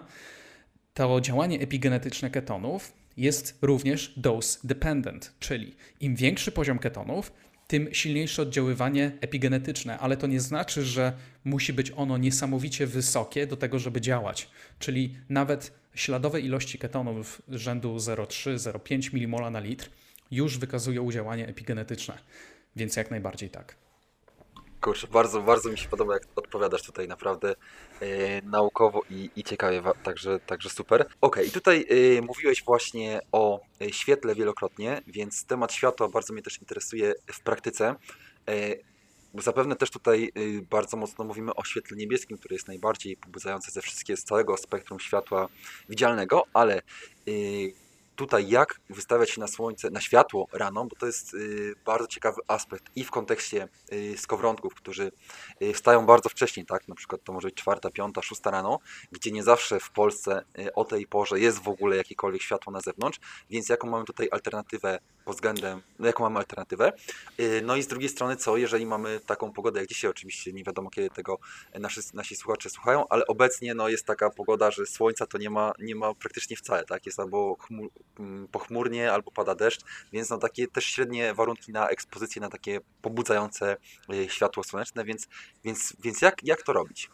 to działanie epigenetyczne ketonów jest również dose dependent, czyli im większy poziom ketonów, tym silniejsze oddziaływanie epigenetyczne, ale to nie znaczy, że musi być ono niesamowicie wysokie do tego, żeby działać. Czyli nawet śladowe ilości ketonów rzędu zero przecinek trzy do zero przecinek pięć milimola na litr już wykazują działanie epigenetyczne, więc jak najbardziej tak. Kurczę, bardzo, bardzo mi się podoba, jak odpowiadasz tutaj naprawdę e, naukowo i, i ciekawie, wa- także, także super. Okej, i tutaj e, mówiłeś właśnie o e, świetle wielokrotnie, więc temat światła bardzo mnie też interesuje w praktyce. E, bo zapewne też tutaj e, bardzo mocno mówimy o świetle niebieskim, które jest najbardziej pobudzające ze wszystkiego, z całego spektrum światła widzialnego, ale e, tutaj jak wystawiać się na słońce, na światło rano, bo to jest y, bardzo ciekawy aspekt i w kontekście y, skowronków, którzy y, wstają bardzo wcześnie, tak, na przykład to może być czwarta, piąta, szósta rano, gdzie nie zawsze w Polsce y, o tej porze jest w ogóle jakiekolwiek światło na zewnątrz, więc jaką mamy tutaj alternatywę pod względem, no jaką mamy alternatywę, y, no i z drugiej strony co, jeżeli mamy taką pogodę jak dzisiaj, oczywiście nie wiadomo kiedy tego nasi, nasi słuchacze słuchają, ale obecnie no jest taka pogoda, że słońca to nie ma, nie ma praktycznie wcale, tak, jest albo chmur, pochmurnie albo pada deszcz, więc no takie też średnie warunki na ekspozycję na takie pobudzające y, światło słoneczne, więc, więc, więc jak, jak to robić?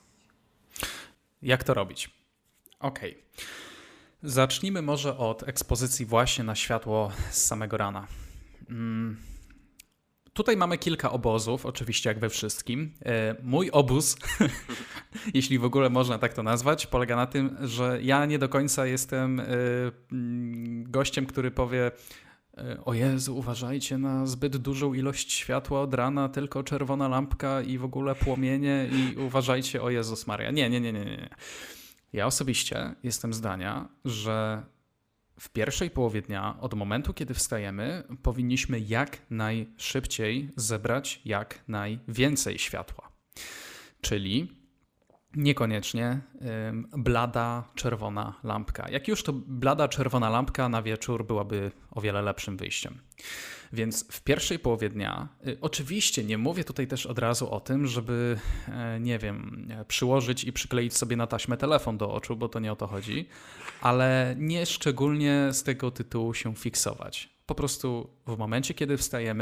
Jak to robić? Okej. Zacznijmy może od ekspozycji właśnie na światło z samego rana. Mm. Tutaj mamy kilka obozów, oczywiście jak we wszystkim. E, Mój obóz, jeśli w ogóle można tak to nazwać, polega na tym, że ja nie do końca jestem e, mm, gościem, który powie: e, o Jezu, uważajcie na zbyt dużą ilość światła od rana, tylko czerwona lampka i w ogóle płomienie i uważajcie, o Jezus Maria. Nie, nie, nie, nie, nie. Ja osobiście jestem zdania, że w pierwszej połowie dnia, od momentu, kiedy wstajemy, powinniśmy jak najszybciej zebrać jak najwięcej światła. Czyli niekoniecznie ym, blada czerwona lampka. Jak już to blada czerwona lampka na wieczór byłaby o wiele lepszym wyjściem. Więc w pierwszej połowie dnia, y, oczywiście nie mówię tutaj też od razu o tym, żeby, e, nie wiem, e, przyłożyć i przykleić sobie na taśmę telefon do oczu, bo to nie o to chodzi, ale nie szczególnie z tego tytułu się fiksować. Po prostu w momencie, kiedy wstajemy,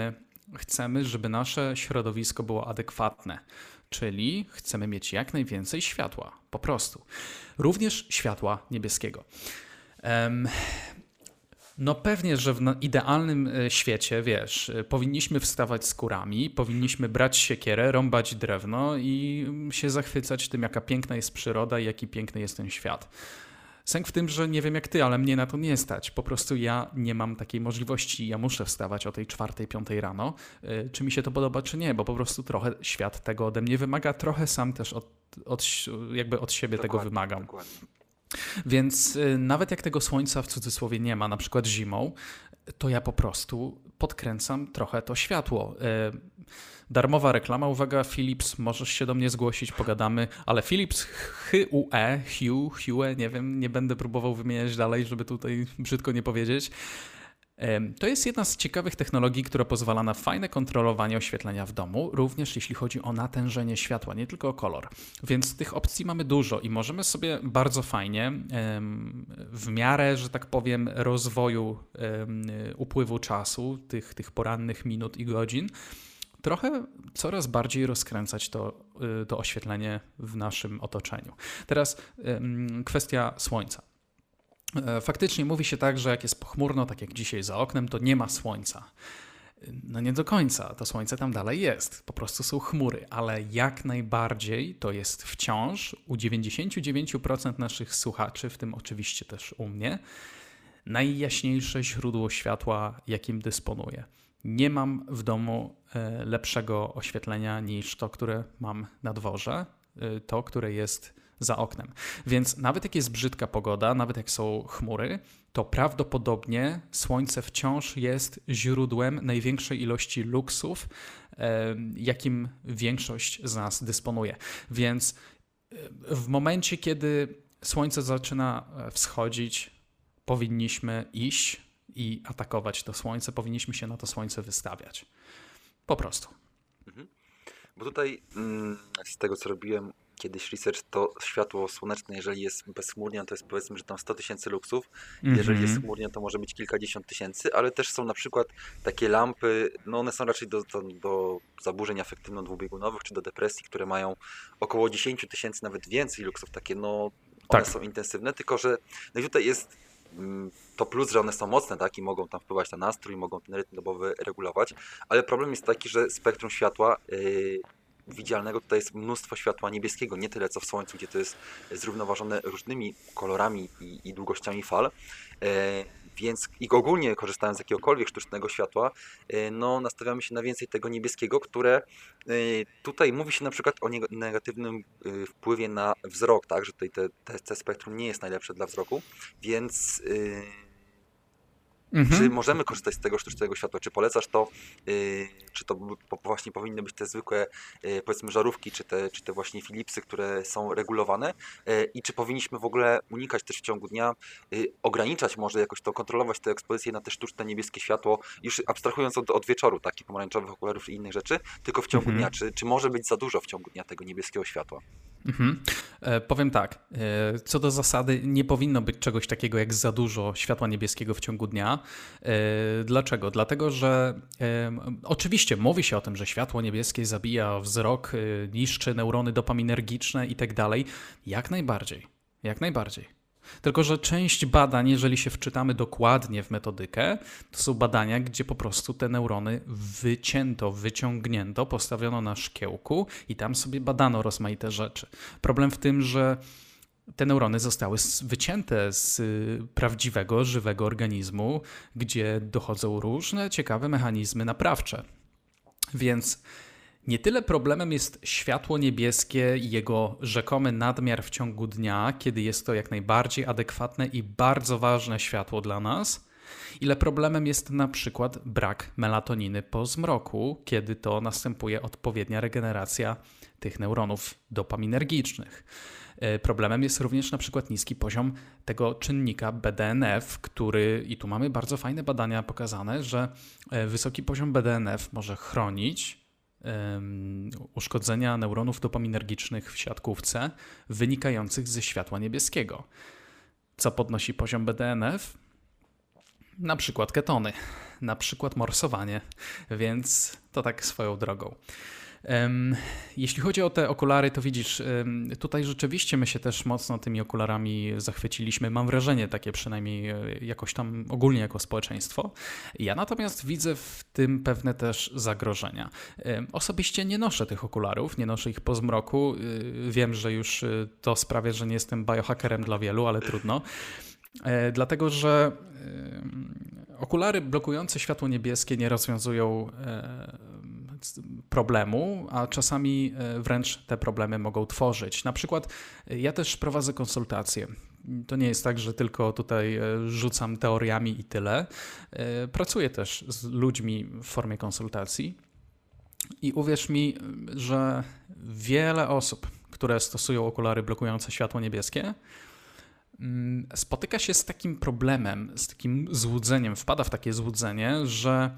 Chcemy, żeby nasze środowisko było adekwatne, czyli chcemy mieć jak najwięcej światła, po prostu. Również światła niebieskiego. Um, No pewnie, że w idealnym świecie, wiesz, powinniśmy wstawać z kurami, powinniśmy brać siekierę, rąbać drewno i się zachwycać tym, jaka piękna jest przyroda i jaki piękny jest ten świat. Sęk w tym, że nie wiem jak ty, ale mnie na to nie stać. Po prostu ja nie mam takiej możliwości. Ja muszę wstawać o tej czwartej, piątej rano. Czy mi się to podoba, czy nie, bo po prostu trochę świat tego ode mnie wymaga, trochę sam też od, od, jakby od siebie Dokładnie, tego wymagam. Dokładnie. Więc y, nawet jak tego słońca w cudzysłowie nie ma, na przykład zimą, to ja po prostu podkręcam trochę to światło. Y, darmowa reklama, uwaga, Philips, możesz się do mnie zgłosić, pogadamy, ale Philips H U E, Hue, Hue, nie wiem, nie będę próbował wymieniać dalej, żeby tutaj brzydko nie powiedzieć. To jest jedna z ciekawych technologii, która pozwala na fajne kontrolowanie oświetlenia w domu, również jeśli chodzi o natężenie światła, nie tylko o kolor. Więc tych opcji mamy dużo i możemy sobie bardzo fajnie, w miarę, że tak powiem, rozwoju upływu czasu, tych, tych porannych minut i godzin, trochę coraz bardziej rozkręcać to, to oświetlenie w naszym otoczeniu. Teraz kwestia słońca. Faktycznie mówi się tak, że jak jest pochmurno, tak jak dzisiaj za oknem, to nie ma słońca. No nie do końca, to słońce tam dalej jest, po prostu są chmury, ale jak najbardziej to jest wciąż u dziewięćdziesiąt dziewięć procent naszych słuchaczy, w tym oczywiście też u mnie, najjaśniejsze źródło światła, jakim dysponuję. Nie mam w domu lepszego oświetlenia niż to, które mam na dworze, to, które jest za oknem. Więc nawet jak jest brzydka pogoda, nawet jak są chmury, to prawdopodobnie słońce wciąż jest źródłem największej ilości luksów, jakim większość z nas dysponuje. Więc w momencie, kiedy słońce zaczyna wschodzić, powinniśmy iść i atakować to słońce, powinniśmy się na to słońce wystawiać. Po prostu. Mhm. Bo tutaj mm, z tego, co robiłem kiedyś research, to światło słoneczne, jeżeli jest bezchmurnie, to jest powiedzmy, że tam sto tysięcy luksów. Mm-hmm. Jeżeli jest chmurnie, to może być kilkadziesiąt tysięcy, ale też są na przykład takie lampy, no one są raczej do, do, do zaburzeń afektywno-dwubiegunowych czy do depresji, które mają około dziesięć tysięcy, nawet więcej luksów, takie no, one tak. są intensywne, tylko że no i tutaj jest mm, to plus, że one są mocne, tak, i mogą tam wpływać na nastrój, mogą ten rytm dobowy regulować, ale problem jest taki, że spektrum światła yy, widzialnego tutaj jest mnóstwo światła niebieskiego, nie tyle co w słońcu, gdzie to jest zrównoważone różnymi kolorami i, i długościami fal. E, więc i ogólnie korzystając z jakiegokolwiek sztucznego światła, e, no nastawiamy się na więcej tego niebieskiego, które e, tutaj mówi się na przykład o negatywnym e, wpływie na wzrok, tak, że tutaj te, te, te spektrum nie jest najlepsze dla wzroku, więc e, Mhm. Czy możemy korzystać z tego sztucznego światła? Czy polecasz to? Yy, czy to właśnie powinny być te zwykłe, yy, powiedzmy, żarówki, czy te, czy te właśnie Philipsy, które są regulowane? Yy, I czy powinniśmy w ogóle unikać też w ciągu dnia, yy, ograniczać może jakoś to, kontrolować tę ekspozycję na te sztuczne niebieskie światło, już abstrahując od, od wieczoru, takich pomarańczowych okularów i innych rzeczy, tylko w ciągu mhm. dnia? Czy, czy może być za dużo w ciągu dnia tego niebieskiego światła? Mhm. E, powiem tak, e, co do zasady nie powinno być czegoś takiego jak za dużo światła niebieskiego w ciągu dnia. E, dlaczego? Dlatego, że e, oczywiście mówi się o tym, że światło niebieskie zabija wzrok, e, niszczy neurony dopaminergiczne i tak dalej. Jak najbardziej, jak najbardziej. Tylko że część badań, jeżeli się wczytamy dokładnie w metodykę, to są badania, gdzie po prostu te neurony wycięto, wyciągnięto, postawiono na szkiełku i tam sobie badano rozmaite rzeczy. Problem w tym, że te neurony zostały wycięte z prawdziwego, żywego organizmu, gdzie dochodzą różne ciekawe mechanizmy naprawcze. Więc nie tyle problemem jest światło niebieskie i jego rzekomy nadmiar w ciągu dnia, kiedy jest to jak najbardziej adekwatne i bardzo ważne światło dla nas, ile problemem jest na przykład brak melatoniny po zmroku, kiedy to następuje odpowiednia regeneracja tych neuronów dopaminergicznych. Problemem jest również na przykład niski poziom tego czynnika B D N F, który, i tu mamy bardzo fajne badania pokazane, że wysoki poziom B D N F może chronić uszkodzenia neuronów dopaminergicznych w siatkówce wynikających ze światła niebieskiego. Co podnosi poziom B D N F? Na przykład ketony. na przykład morsowanie, więc to tak swoją drogą. Jeśli chodzi o te okulary, to widzisz, tutaj rzeczywiście my się też mocno tymi okularami zachwyciliśmy. Mam wrażenie takie przynajmniej jakoś tam ogólnie jako społeczeństwo. Ja natomiast widzę w tym pewne też zagrożenia. Osobiście nie noszę tych okularów, nie noszę ich po zmroku. Wiem, że już to sprawia, że nie jestem biohackerem dla wielu, ale trudno. Dlatego, że okulary blokujące światło niebieskie nie rozwiązują problemu, a czasami wręcz te problemy mogą tworzyć. Na przykład ja też prowadzę konsultacje. To nie jest tak, że tylko tutaj rzucam teoriami i tyle. Pracuję też z ludźmi w formie konsultacji i uwierz mi, że wiele osób, które stosują okulary blokujące światło niebieskie, spotyka się z takim problemem, z takim złudzeniem, wpada w takie złudzenie, że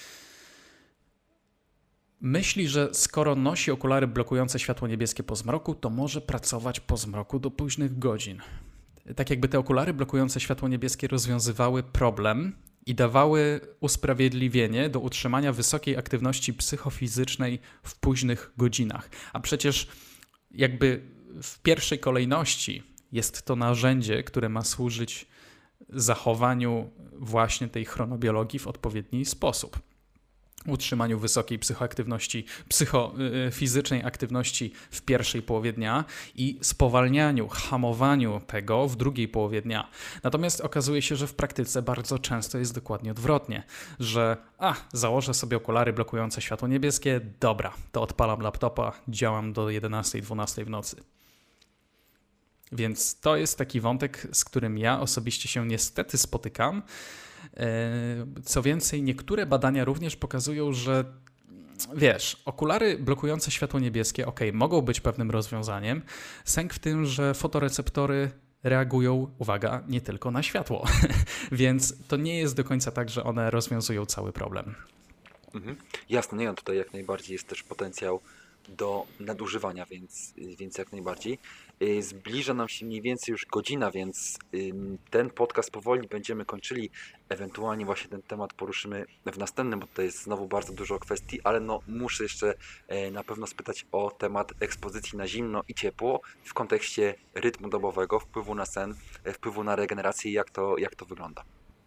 myśli, że skoro nosi okulary blokujące światło niebieskie po zmroku, to może pracować po zmroku do późnych godzin. Tak jakby te okulary blokujące światło niebieskie rozwiązywały problem i dawały usprawiedliwienie do utrzymania wysokiej aktywności psychofizycznej w późnych godzinach. A przecież jakby w pierwszej kolejności jest to narzędzie, które ma służyć zachowaniu właśnie tej chronobiologii w odpowiedni sposób. Utrzymaniu wysokiej psychoaktywności, psychofizycznej aktywności w pierwszej połowie dnia i spowalnianiu, hamowaniu tego w drugiej połowie dnia. Natomiast okazuje się, że w praktyce bardzo często jest dokładnie odwrotnie, że a, założę sobie okulary blokujące światło niebieskie, dobra, to odpalam laptopa, działam do jedenastej, dwunastej w nocy. Więc to jest taki wątek, z którym ja osobiście się niestety spotykam. Co więcej, niektóre badania również pokazują, że wiesz, okulary blokujące światło niebieskie, ok, mogą być pewnym rozwiązaniem. Sęk w tym, że fotoreceptory reagują, uwaga, nie tylko na światło. Więc to nie jest do końca tak, że one rozwiązują cały problem. Mhm. Jasne, nie, tutaj jak najbardziej jest też potencjał do nadużywania, więc, więc jak najbardziej. Zbliża nam się mniej więcej już godzina, więc ten podcast powoli będziemy kończyli. Ewentualnie właśnie ten temat poruszymy w następnym, bo tutaj jest znowu bardzo dużo kwestii, ale no muszę jeszcze na pewno spytać o temat ekspozycji na zimno i ciepło w kontekście rytmu dobowego, wpływu na sen, wpływu na regenerację i jak to, jak to wygląda.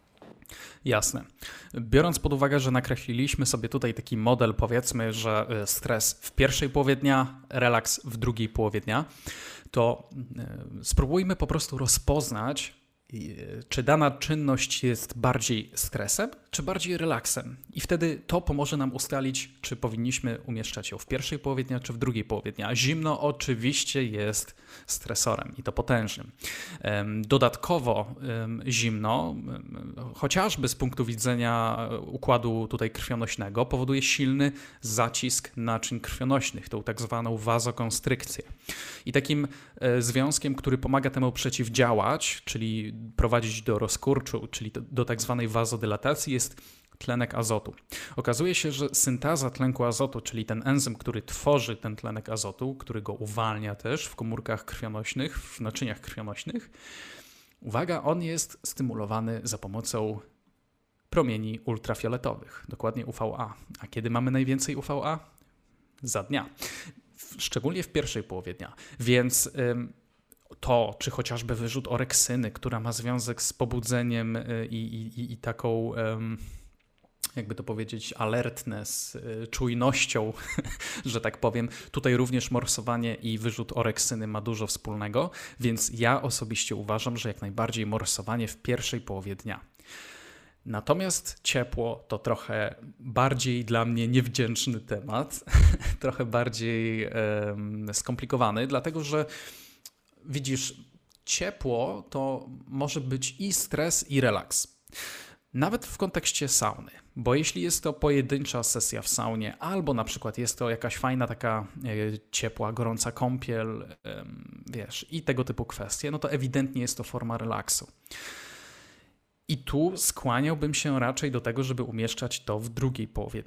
Jasne. Biorąc pod uwagę, że nakreśliliśmy sobie tutaj taki model, powiedzmy, że stres w pierwszej połowie dnia, relaks w drugiej połowie dnia, to spróbujmy po prostu rozpoznać, czy dana czynność jest bardziej stresem, czy bardziej relaksem. I wtedy to pomoże nam ustalić, czy powinniśmy umieszczać ją w pierwszej połowie dnia, czy w drugiej połowie dnia. Zimno oczywiście jest stresorem i to potężnym. Dodatkowo zimno, chociażby z punktu widzenia układu tutaj krwionośnego, powoduje silny zacisk naczyń krwionośnych, tą tak zwaną wazokonstrykcję. I takim związkiem, który pomaga temu przeciwdziałać, czyli prowadzić do rozkurczu, czyli do, do tak zwanej wazodylatacji, jest tlenek azotu. Okazuje się, że syntaza tlenku azotu, czyli ten enzym, który tworzy ten tlenek azotu, który go uwalnia też w komórkach krwionośnych, w naczyniach krwionośnych, uwaga, on jest stymulowany za pomocą promieni ultrafioletowych, dokładnie U V A. A kiedy mamy najwięcej U V A? Za dnia. Szczególnie w pierwszej połowie dnia. Więc ym, to, czy chociażby wyrzut oreksyny, która ma związek z pobudzeniem i, i, i taką, jakby to powiedzieć, alertness, czujnością, że tak powiem. Tutaj również morsowanie i wyrzut oreksyny ma dużo wspólnego, więc ja osobiście uważam, że jak najbardziej morsowanie w pierwszej połowie dnia. Natomiast ciepło to trochę bardziej dla mnie niewdzięczny temat, trochę bardziej um, skomplikowany, dlatego że widzisz, ciepło to może być i stres, i relaks. Nawet w kontekście sauny, bo jeśli jest to pojedyncza sesja w saunie, albo na przykład jest to jakaś fajna taka ciepła, gorąca kąpiel, wiesz, i tego typu kwestie, no to ewidentnie jest to forma relaksu. I tu skłaniałbym się raczej do tego, żeby umieszczać to w drugiej połowie dnia.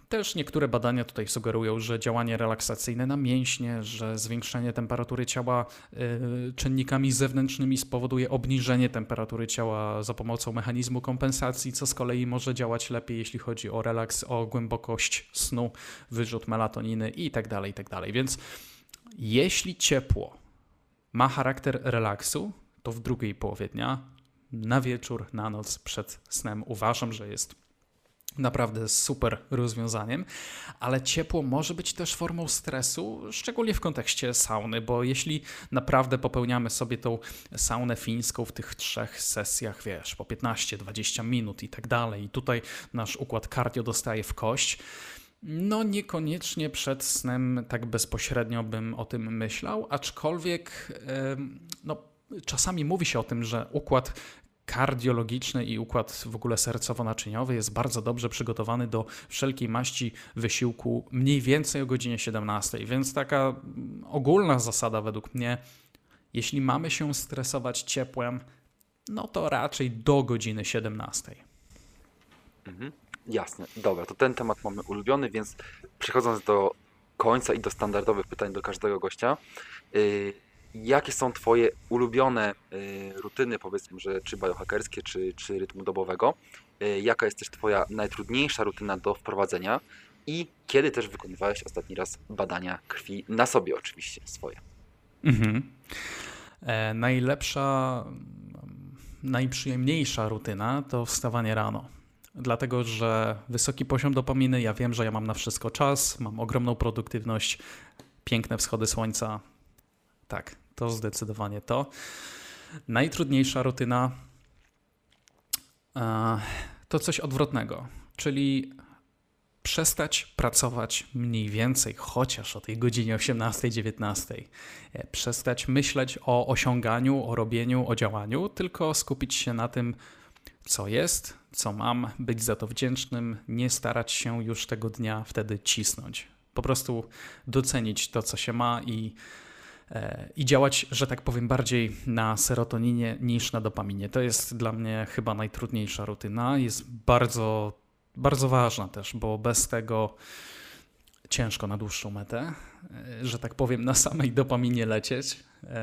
Też niektóre badania tutaj sugerują, że działanie relaksacyjne na mięśnie, że zwiększenie temperatury ciała y, czynnikami zewnętrznymi spowoduje obniżenie temperatury ciała za pomocą mechanizmu kompensacji, co z kolei może działać lepiej, jeśli chodzi o relaks, o głębokość snu, wyrzut melatoniny itd., itd. Więc jeśli ciepło ma charakter relaksu, to w drugiej połowie dnia, na wieczór, na noc, przed snem uważam, że jest naprawdę super rozwiązaniem, ale ciepło może być też formą stresu, szczególnie w kontekście sauny, bo jeśli naprawdę popełniamy sobie tą saunę fińską w tych trzech sesjach, wiesz, po piętnaście dwadzieścia minut i tak dalej, i tutaj nasz układ cardio dostaje w kość, no niekoniecznie przed snem tak bezpośrednio bym o tym myślał, aczkolwiek no, czasami mówi się o tym, że układ kardiologiczny i układ w ogóle sercowo-naczyniowy jest bardzo dobrze przygotowany do wszelkiej maści wysiłku mniej więcej o godzinie siedemnastej, więc taka ogólna zasada według mnie, jeśli mamy się stresować ciepłem, no to raczej do godziny siedemnastej. Mhm. Jasne, dobra, to ten temat mamy ulubiony, więc przechodząc do końca i do standardowych pytań do każdego gościa, yy, jakie są Twoje ulubione y, rutyny, powiedzmy, że czy biohackerskie, czy, czy rytmu dobowego? Y, jaka jest też Twoja najtrudniejsza rutyna do wprowadzenia i kiedy też wykonywałeś ostatni raz badania krwi na sobie oczywiście swoje? Mhm. E, najlepsza, najprzyjemniejsza rutyna to wstawanie rano. Dlatego, że wysoki poziom dopaminy, ja wiem, że ja mam na wszystko czas, mam ogromną produktywność, piękne wschody słońca. Tak, to zdecydowanie to. Najtrudniejsza rutyna e, to coś odwrotnego, czyli przestać pracować mniej więcej chociaż o tej godzinie osiemnastej dziewiętnastej. E, przestać myśleć o osiąganiu, o robieniu, o działaniu, tylko skupić się na tym, co jest, co mam, być za to wdzięcznym, nie starać się już tego dnia wtedy cisnąć. Po prostu docenić to, co się ma i i działać, że tak powiem, bardziej na serotoninie niż na dopaminie. To jest dla mnie chyba najtrudniejsza rutyna. Jest bardzo, bardzo ważna też, bo bez tego ciężko na dłuższą metę, że tak powiem, na samej dopaminie lecieć.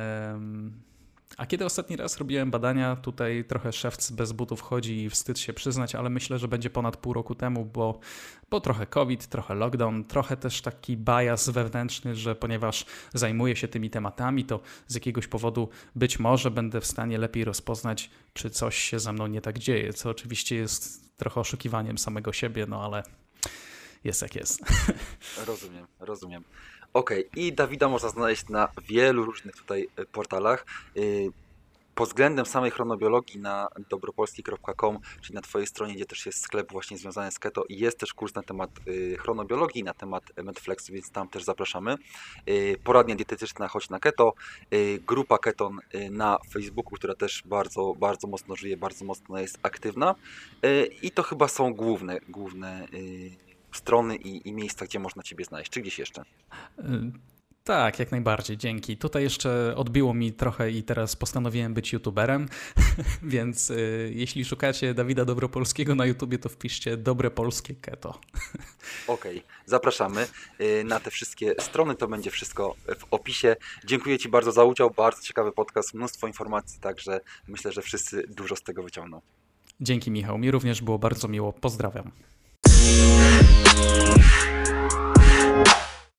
A kiedy ostatni raz robiłem badania, tutaj trochę szewc bez butów chodzi i wstyd się przyznać, ale myślę, że będzie ponad pół roku temu, bo, bo trochę COVID, trochę lockdown, trochę też taki bias wewnętrzny, że ponieważ zajmuję się tymi tematami, to z jakiegoś powodu być może będę w stanie lepiej rozpoznać, czy coś się ze mną nie tak dzieje, co oczywiście jest trochę oszukiwaniem samego siebie, no ale jest jak jest. Rozumiem, rozumiem. Okej, i Dawida można znaleźć na wielu różnych tutaj y, portalach. Y, Pod względem samej chronobiologii na dobropolski kropka com, czyli na Twojej stronie, gdzie też jest sklep właśnie związany z keto, i jest też kurs na temat y, chronobiologii, na temat Medflexu, więc tam też zapraszamy. Y, Poradnia dietetyczna Chodź na Keto, y, grupa Keton y, na Facebooku, która też bardzo, bardzo mocno żyje, bardzo mocno jest aktywna. Y, I to chyba są główne, główne y, strony i, i miejsca, gdzie można Ciebie znaleźć. Czy gdzieś jeszcze? Tak, jak najbardziej, dzięki. Tutaj jeszcze odbiło mi trochę i teraz postanowiłem być youtuberem, więc y, jeśli szukacie Dawida Dobropolskiego na YouTubie, to wpiszcie Dobre Polskie Keto. Okej, zapraszamy y, na te wszystkie strony, to będzie wszystko w opisie. Dziękuję Ci bardzo za udział, bardzo ciekawy podcast, mnóstwo informacji, także myślę, że wszyscy dużo z tego wyciągną. Dzięki, Michał, mi również było bardzo miło, pozdrawiam.